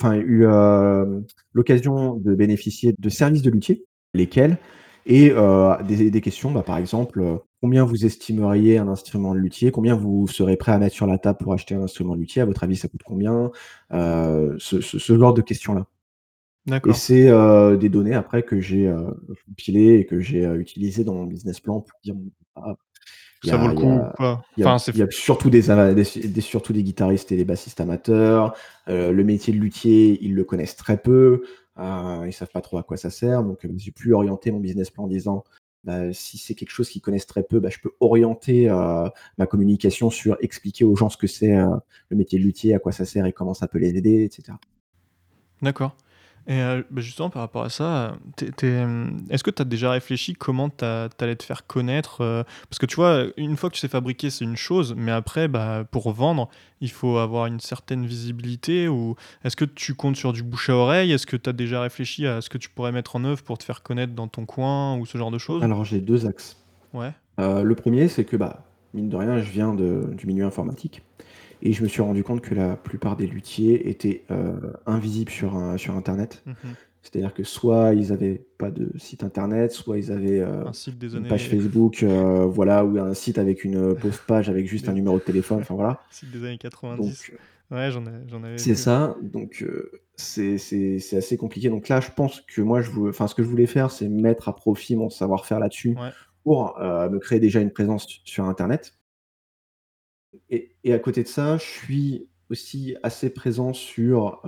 l'occasion de bénéficier de services de luthier, lesquels et des questions, bah, par exemple, combien vous estimeriez un instrument de luthier? Combien vous serez prêt à mettre sur la table pour acheter un instrument de luthier? À votre avis, ça coûte combien? Ce genre de questions-là. Et D'accord. c'est, des données après que j'ai, compilées et que j'ai, utilisées dans mon business plan pour dire: «Bon, ah, il y Ça vaut a le il y coup ou a pas? il y a Enfin, c'est il y a surtout surtout des guitaristes et des bassistes amateurs, le métier de luthier, ils le connaissent très peu, ils savent pas trop à quoi ça sert». Donc, j'ai pu orienter mon business plan en disant: «Bah, si c'est quelque chose qu'ils connaissent très peu, bah, je peux orienter, ma communication sur expliquer aux gens ce que c'est, le métier de luthier, à quoi ça sert et comment ça peut les aider» et cetera. d'accord. Et justement par rapport à ça, est-ce que tu as déjà réfléchi comment tu allais te faire connaître, parce que tu vois, une fois que tu sais fabriquer, c'est une chose, mais après, bah, pour vendre, il faut avoir une certaine visibilité ou est-ce que tu comptes sur du bouche à oreille? Est-ce que tu as déjà réfléchi à ce que tu pourrais mettre en œuvre pour te faire connaître dans ton coin ou ce genre de choses? Alors j'ai 2 axes. Ouais. Le 1er, c'est que, bah, mine de rien, je viens du milieu informatique et je me suis rendu compte que la plupart des luthiers étaient, invisibles sur internet. Mmh. C'est-à-dire que soit ils avaient pas de site internet, soit ils avaient, Un site des une page années Facebook, voilà, ou un site avec une, pauvre page avec juste un des numéro de téléphone, enfin voilà. site des années 90. Donc Ouais, j'en avais c'est vu. ça, donc c'est assez compliqué. Donc là, je pense que moi, ce que je voulais faire, c'est mettre à profit mon savoir-faire là-dessus Ouais. pour, me créer déjà une présence sur internet. Et à côté de ça, je suis aussi assez présent sur,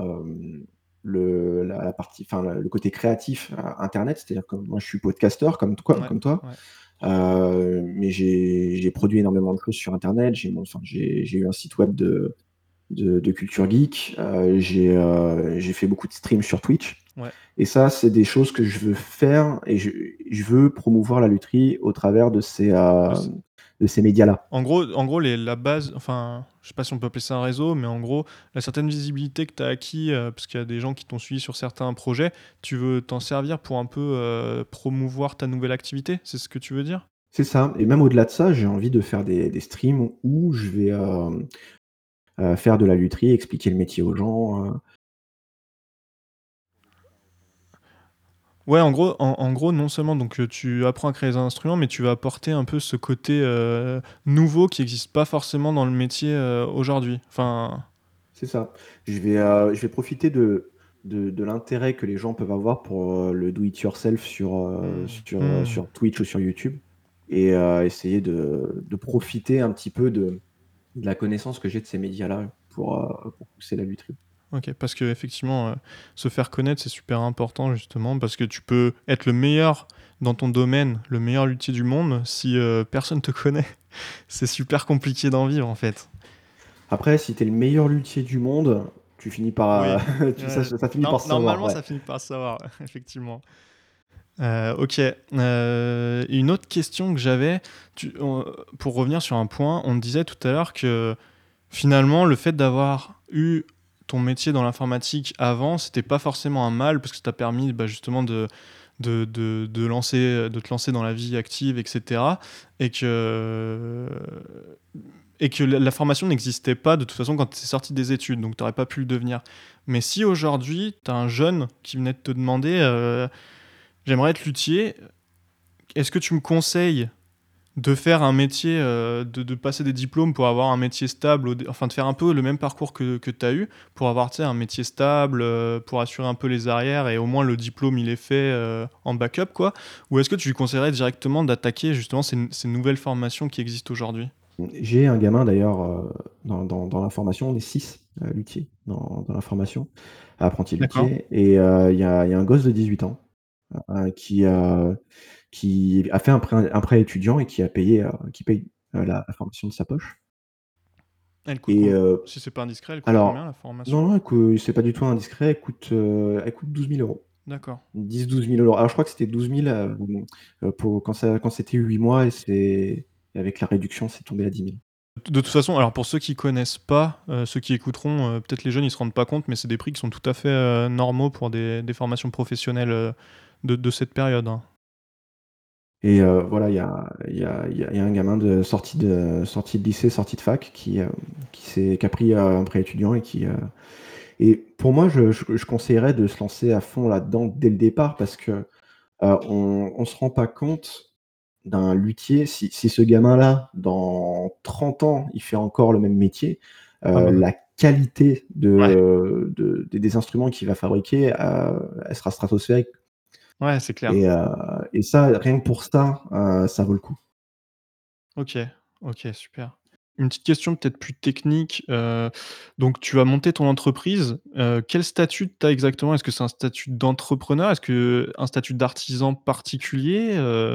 la partie enfin, le côté créatif, internet. C'est-à-dire que moi, je suis podcasteur Ouais. comme toi, Ouais. mais j'ai produit énormément de choses sur internet. J'ai eu un site web de culture geek, j'ai fait beaucoup de streams sur Twitch Ouais. et ça, c'est des choses que je veux faire et je veux promouvoir la lutherie au travers De c de ces médias-là. en gros, la base, enfin, je sais pas si on peut appeler ça un réseau, mais en gros, la certaine visibilité que tu as acquis, parce qu'il y a des gens qui t'ont suivi sur certains projets, tu veux t'en servir pour un peu, promouvoir ta nouvelle activité? C'est ce que tu veux dire? C'est ça et même au-delà de ça, j'ai envie de faire des streams où je vais, faire de la lutherie, expliquer le métier aux gens, Ouais, en gros, non seulement donc, tu apprends à créer des instruments, mais tu vas apporter un peu ce côté, nouveau qui existe pas forcément dans le métier, aujourd'hui. Enfin, c'est ça. Je vais profiter de l'intérêt que les gens peuvent avoir pour, le do it yourself mmh, mmh. sur Twitch ou sur YouTube et essayer de profiter un petit peu de la connaissance que j'ai de ces médias-là pour pousser la lutherie. OK, parce qu'effectivement, se faire connaître, c'est super important justement parce que tu peux être le meilleur dans ton domaine, le meilleur luthier du monde, si, personne te connaît, c'est super compliqué d'en vivre, en fait. Après, si tu es le meilleur luthier du monde, tu finis par, Oui, tu ça ouais, ça finit par se savoir, normalement, ouais. ça finit par se savoir, effectivement. OK, une autre question que j'avais, pour revenir sur un point, on me disait tout à l'heure que, finalement, le fait d'avoir eu ton métier dans l'informatique avant, c'était pas forcément un mal parce que ça t'a permis, bah, justement de te lancer dans la vie active et cetera et que la formation n'existait pas de toute façon quand tu es sorti des études, donc tu aurais pas pu le devenir. Mais si aujourd'hui, tu as un jeune qui venait de te demander, «J'aimerais être luthier, est-ce que tu me conseilles de faire un métier, de passer des diplômes pour avoir un métier stable enfin de faire un peu le même parcours que tu as eu, pour avoir, tu sais, un métier stable, pour assurer un peu les arrières et au moins le diplôme il est fait, en backup quoi? Ou est-ce que tu lui conseillerais directement d'attaquer justement ces nouvelles formations qui existent aujourd'hui? J'ai un gamin d'ailleurs, dans la formation, on est 6 luthiers dans la formation, apprentis D'accord. luthiers et il y a un gosse de 18 ans, qui a fait un prêt étudiant et qui paye, la formation de sa poche Elle coûte et si c'est pas indiscret, elle coûte combien la alors non, formation? non, c'est pas du tout indiscret, elle coûte 12 000 €. D'accord. 10 000 à 12 000 €. Alors je crois que c'était 12 000, pour quand c'était 8 mois et avec la réduction, c'est tombé à 10 000. De toute façon, alors pour ceux qui connaissent pas, ceux qui écouteront, peut-être les jeunes ils se rendent pas compte, mais c'est des prix qui sont tout à fait, normaux pour des formations professionnelles, de cette période, hein. Et voilà, il y a un gamin sorti de lycée, sorti de fac qui a pris, un prêt étudiant et pour moi, je conseillerais de se lancer à fond là-dedans dès le départ parce que, on se rend pas compte d'un luthier si ce gamin-là, dans 30 ans, il fait encore le même métier, Ah bah, la qualité ouais, des instruments qu'il va fabriquer, elle sera stratosphérique ouais, c'est clair. et ça, rien que pour ça, ça vaut le coup. OK, OK, super. Une petite question peut-être plus technique, donc tu vas monter ton entreprise, quel statut tu as exactement? Est-ce que c'est un statut d'entrepreneur? Est-ce que un statut d'artisan particulier?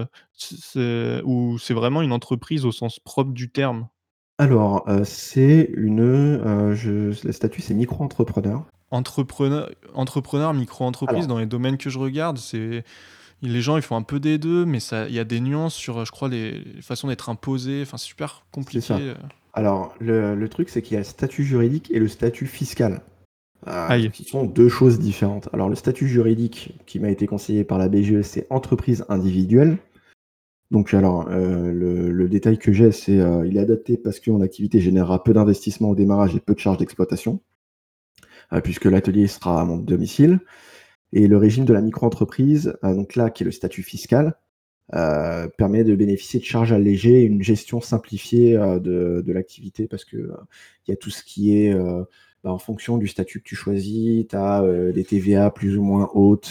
Ou c'est vraiment une entreprise au sens propre du terme? Alors, c'est le statut, c'est micro-entrepreneur. entrepreneur, micro-entreprise, Alors, dans les domaines que je regarde, les gens ils font un peu des deux, mais il y a des nuances sur, je crois, les façons d'être imposés. Enfin, c'est super c'est ça. compliqué. Alors, le truc, c'est qu'il y a le statut juridique et le statut fiscal, Aïe. qui sont deux choses différentes. Alors, le statut juridique qui m'a été conseillé par la BGE, c'est entreprise individuelle. Donc, alors, le détail que j'ai, c'est il est adapté parce que mon activité générera peu d'investissement au démarrage et peu de charges d'exploitation, puisque l'atelier sera à mon domicile. Et le régime de la micro-entreprise, donc là, qui est le statut fiscal, permet de bénéficier de charges allégées et une gestion simplifiée de l'activité parce que il y a tout ce qui est en fonction du statut que tu choisis, tu as des TVA plus ou moins hautes.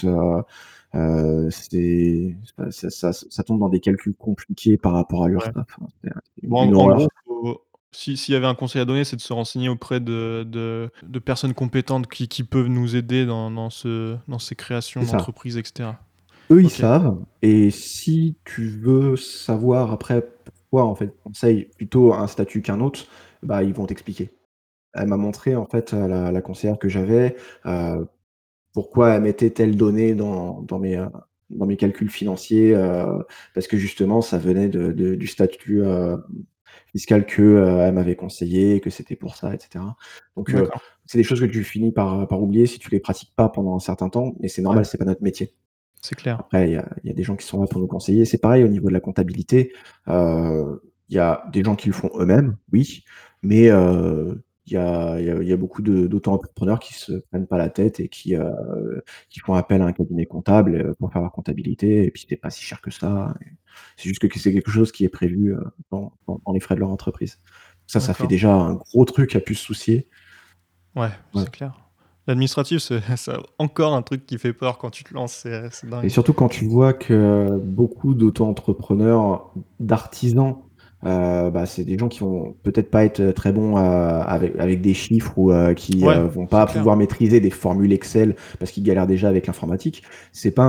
Ça tombe dans des calculs compliqués par rapport à Ouais. l'URSSAF. Enfin, c'est Bon, une en gros, horreur. s'il y avait un conseil à donner, c'est de se renseigner auprès de personnes compétentes qui peuvent nous aider dans ces créations C'est ça. d'entreprises, etc. Eux, ils Ok, savent. Et si tu veux savoir après pourquoi en fait, on conseille plutôt un statut qu'un autre, bah, ils vont t'expliquer. Elle m'a montré en fait, la conseillère que j'avais, heu, pourquoi elle mettait telle donnée dans mes calculs financiers, parce que justement ça venait du statut, fiscal que, elle m'avait conseillé, que c'était pour ça et cetera. Donc, d'accord. c'est des choses que tu finis par oublier si tu les pratiques pas pendant un certain temps, mais c'est Ouais, normal, c'est pas notre métier. c'est clair. Après, il y a des gens qui sont là pour nous conseiller. C'est pareil au niveau de la comptabilité, il y a des gens qui le font eux-mêmes, oui, mais il y a beaucoup d'auto-entrepreneurs qui se prennent pas la tête et qui font appel à un cabinet comptable, pour faire leur comptabilité et puis c'est pas si cher que ça et c'est juste que c'est quelque chose qui est prévu, dans les frais de leur entreprise. Ça fait D'accord. déjà un gros truc à plus se soucier. Ouais, Ouais. c'est clair. L'administratif, c'est encore un truc qui fait peur quand tu te lances, c'est Et dingue. surtout quand tu vois que beaucoup d'auto-entrepreneurs, d'artisans, c'est des gens qui vont peut-être pas être très bons, avec des chiffres ou qui, Ouais, vont c'est pas clair. pouvoir maîtriser des formules Excel parce qu'ils galèrent déjà avec l'informatique. C'est pas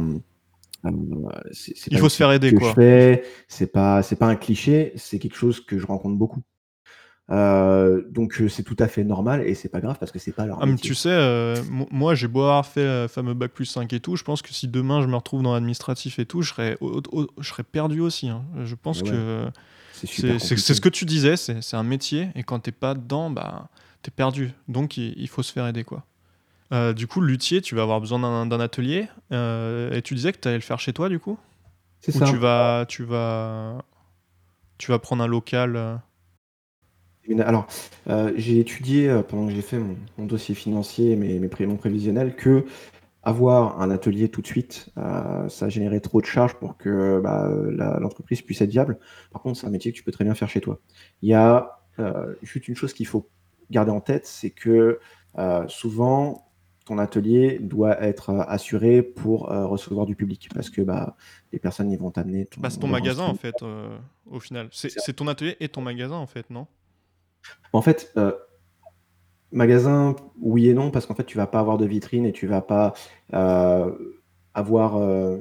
c'est Il pas faut une se faire critique aider, que je quoi. fais, c'est pas un cliché, c'est quelque chose que je rencontre beaucoup. Donc c'est tout à fait normal et c'est pas grave parce que c'est pas leur Ah, mais tu métier. sais, moi, j'ai beau avoir fait le fameux bac+5 et tout, je pense que si demain je me retrouve dans l'administratif et tout, je serais perdu aussi, hein. Je Mais pense ouais, que c'est super c'est ce compliqué. que tu disais, c'est un métier, et quand t'es pas dedans, bah, t'es perdu. Donc il faut se faire aider, quoi. Du coup, luthier, tu vas avoir besoin d'un atelier, et tu disais que tu allais le faire chez toi, du coup? C'est Ou ça. tu vas prendre un local? Alors, j'ai étudié, pendant que j'ai fait mon dossier financier et mon prévisionnel, que avoir un atelier tout de suite, ça générait trop de charges pour que, l'entreprise puisse être viable. Par contre, c'est un métier que tu peux très bien faire chez toi. Il y a, juste une chose qu'il faut garder en tête, c'est que, souvent, ton atelier doit être, assuré pour, recevoir du public parce que, les personnes, ils vont t'amener Bah, c'est ton leur magasin, en instrument. fait, au final. C'est ton atelier et ton magasin, en fait, non? En fait, magasin, oui et non, parce qu'en fait, tu vas pas avoir de vitrine et tu vas pas, avoir,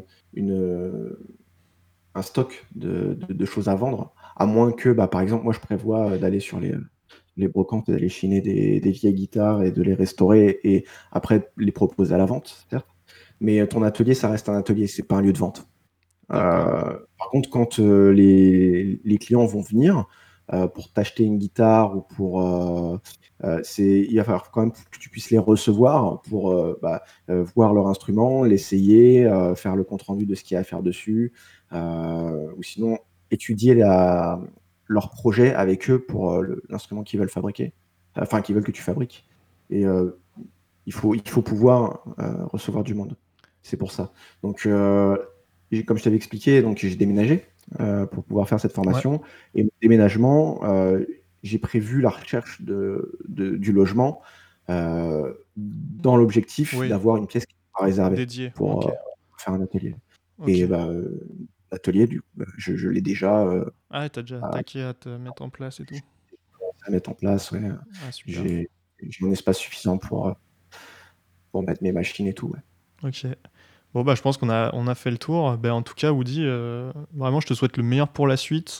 un stock de choses à vendre. À moins que, par exemple, moi, je prévois, d'aller sur les brocantes et d'aller chiner des vieilles guitares et de les restaurer et après les proposer à la vente, certes. Mais, ton atelier, ça reste un atelier, c'est pas un lieu de vente. D'accord. Par contre, quand, les clients vont venir, pour t'acheter une guitare ou pour, il va falloir quand même que tu puisses les recevoir pour, voir leur instrument, l'essayer, faire le compte rendu de ce qu'il y a à faire dessus, ou sinon étudier leur projet avec eux pour, l'instrument qu'ils veulent fabriquer, enfin qu'ils veulent que tu fabriques et il faut pouvoir, recevoir du monde. C'est pour ça. Donc, comme je t'avais expliqué, donc j'ai déménagé, pour pouvoir faire cette Ouais. formation et mon déménagement, j'ai prévu la recherche du logement, dans l'objectif Oui, d'avoir une pièce qui sera réservée dédié. pour, Ok. faire un atelier et Ok. l'atelier du coup, je l'ai déjà, Ah, t'as déjà à attaqué à te mettre en place et tout. à mettre en place, ouais, Ah, super. j'ai j'ai un espace suffisant pour mettre mes machines et tout, ouais. Ok. Bon, bah, je pense qu'on a fait le tour. Ben, en tout cas, Woody, vraiment, je te souhaite le meilleur pour la suite.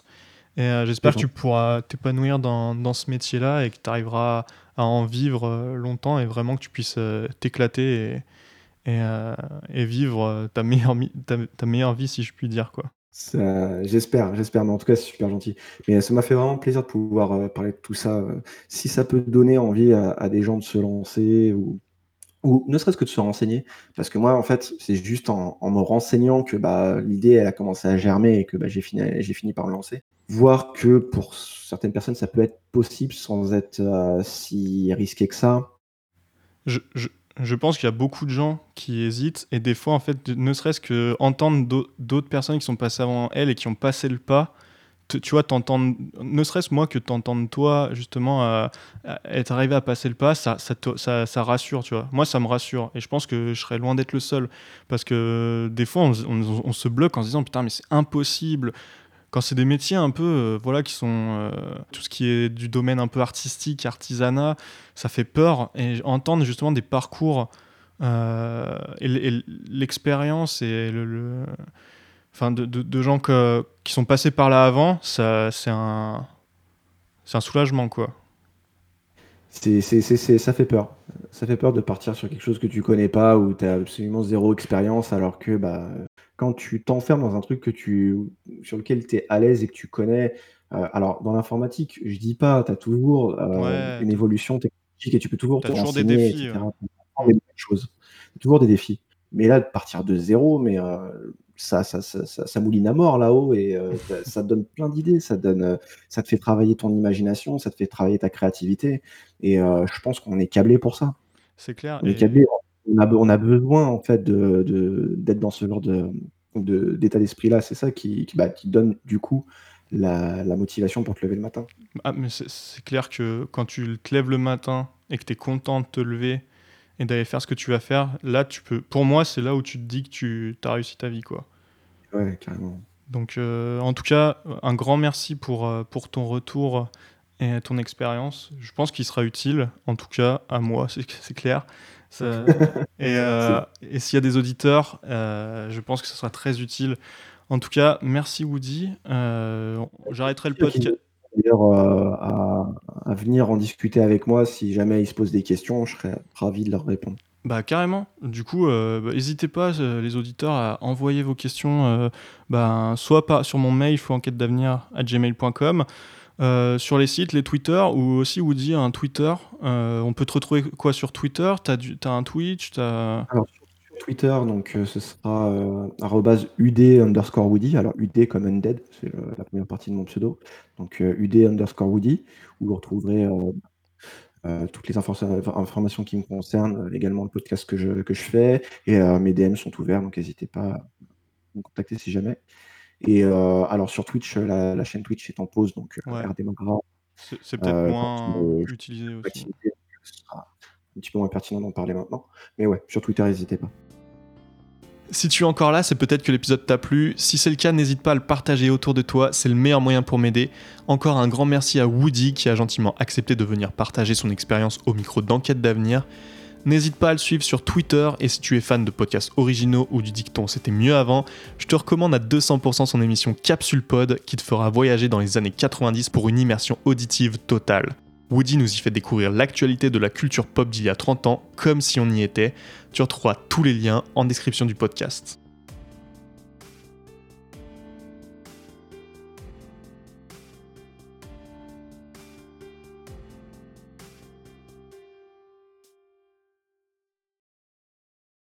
Et j'espère que tu Complètement. pourras t'épanouir dans ce métier-là et que tu arriveras à en vivre longtemps et vraiment que tu puisses t'éclater et, euh, et vivre ta meilleure vie, si je puis dire, quoi. J'espère, mais en tout cas, c'est super gentil. Mais ça m'a fait vraiment plaisir de pouvoir parler de tout ça. Si ça peut donner envie à des gens de se lancer ou ne serait-ce que de se renseigner, parce que moi, en fait, c'est juste en me renseignant que bah, l'idée, elle a commencé à germer et que bah, j'ai fini par me lancer. Voir que pour certaines personnes, ça peut être possible sans être si risqué que ça. Je, je, je pense qu'il y a beaucoup de gens qui hésitent et des fois, en fait, ne serait-ce que entendre d'autres personnes qui sont passées avant elles et qui ont passé le pas, tu vois, t'entendre, ne serait-ce moi que t'entendre toi, justement, être arrivé à passer le pas, ça rassure, tu vois. Moi, ça me rassure et je pense que je serais loin d'être le seul parce que des fois, on se bloque en se disant putain, mais c'est impossible. Quand c'est des métiers un peu, voilà, qui sont tout ce qui est du domaine un peu artistique, artisanat, ça fait peur. Et entendre justement des parcours et l'expérience et enfin de gens qui sont passés par là avant, c'est un soulagement, quoi. Ça fait peur. Ça fait peur de partir sur quelque chose que tu connais pas, où tu as absolument zéro expérience, alors que bah, quand tu t'enfermes dans un truc sur lequel tu es à l'aise et que tu connais, alors dans l'informatique, je dis pas, tu as toujours Ouais, une évolution technologique et tu peux toujours t'as te toujours des renseigner, défis. etc. Pour apprendre des nouvelles choses. Il y a toujours des défis. Mais là, de partir de zéro, mais ça mouline à mort là-haut et ça te donne plein d'idées, ça te fait travailler ton imagination, ça te fait travailler ta créativité. Et je pense qu'on est câblé pour ça. C'est clair. On est Et câblé, on a besoin en fait d'être dans ce genre d'état d'esprit-là. C'est ça qui donne du coup la motivation pour te lever le matin. mais c'est clair que quand tu te lèves le matin et que tu es content de te lever et d'aller faire ce que tu vas faire, là, tu peux. Pour moi, c'est là où tu te dis que tu as réussi ta vie, quoi. Ouais, carrément. Donc, en tout cas, un grand merci pour ton retour et ton expérience. Je pense qu'il sera utile, en tout cas, à moi, c'est clair. C'est Et s'il y a des auditeurs, je pense que ce sera très utile. En tout cas, merci Woody. J'arrêterai le plaisir qu'ils podcast. aient d'ailleurs à venir en discuter avec moi si jamais ils se posent des questions, je serais ravi de leur répondre. Bah carrément. Du coup, n'hésitez pas, les auditeurs, à envoyer vos questions soit sur mon mail enquête-d'avenir@gmail.com, sur les sites, les Twitter, ou aussi Woody a un Twitter. On peut te retrouver quoi sur Twitter? T'as un Twitch, t'as... Alors sur Twitter, donc ce sera @UD_Woody. Alors UD comme Undead, c'est la première partie de mon pseudo. Donc UD_Woody, où vous retrouverez toutes les informations qui me concernent, également le podcast que je fais. Et mes DM sont ouverts, donc n'hésitez pas à me contacter si jamais. Et alors sur Twitch, la chaîne Twitch est en pause, donc Ouais, RD Magra c'est peut-être continue moins utilisé aussi. l'activité, donc ce sera un petit peu moins pertinent d'en parler maintenant. Mais ouais, sur Twitter, n'hésitez pas. Si tu es encore là, c'est peut-être que l'épisode t'a plu. Si c'est le cas, n'hésite pas à le partager autour de toi, c'est le meilleur moyen pour m'aider. Encore un grand merci à Woody qui a gentiment accepté de venir partager son expérience au micro d'Enquête d'avenir. N'hésite pas à le suivre sur Twitter et si tu es fan de podcasts originaux ou du dicton C'était mieux avant, je te recommande à 200% son émission Capsule Pod qui te fera voyager dans les années 90 pour une immersion auditive totale. Woody nous y fait découvrir l'actualité de la culture pop d'il y a 30 ans comme si on y était. Tu retrouveras tous les liens en description du podcast.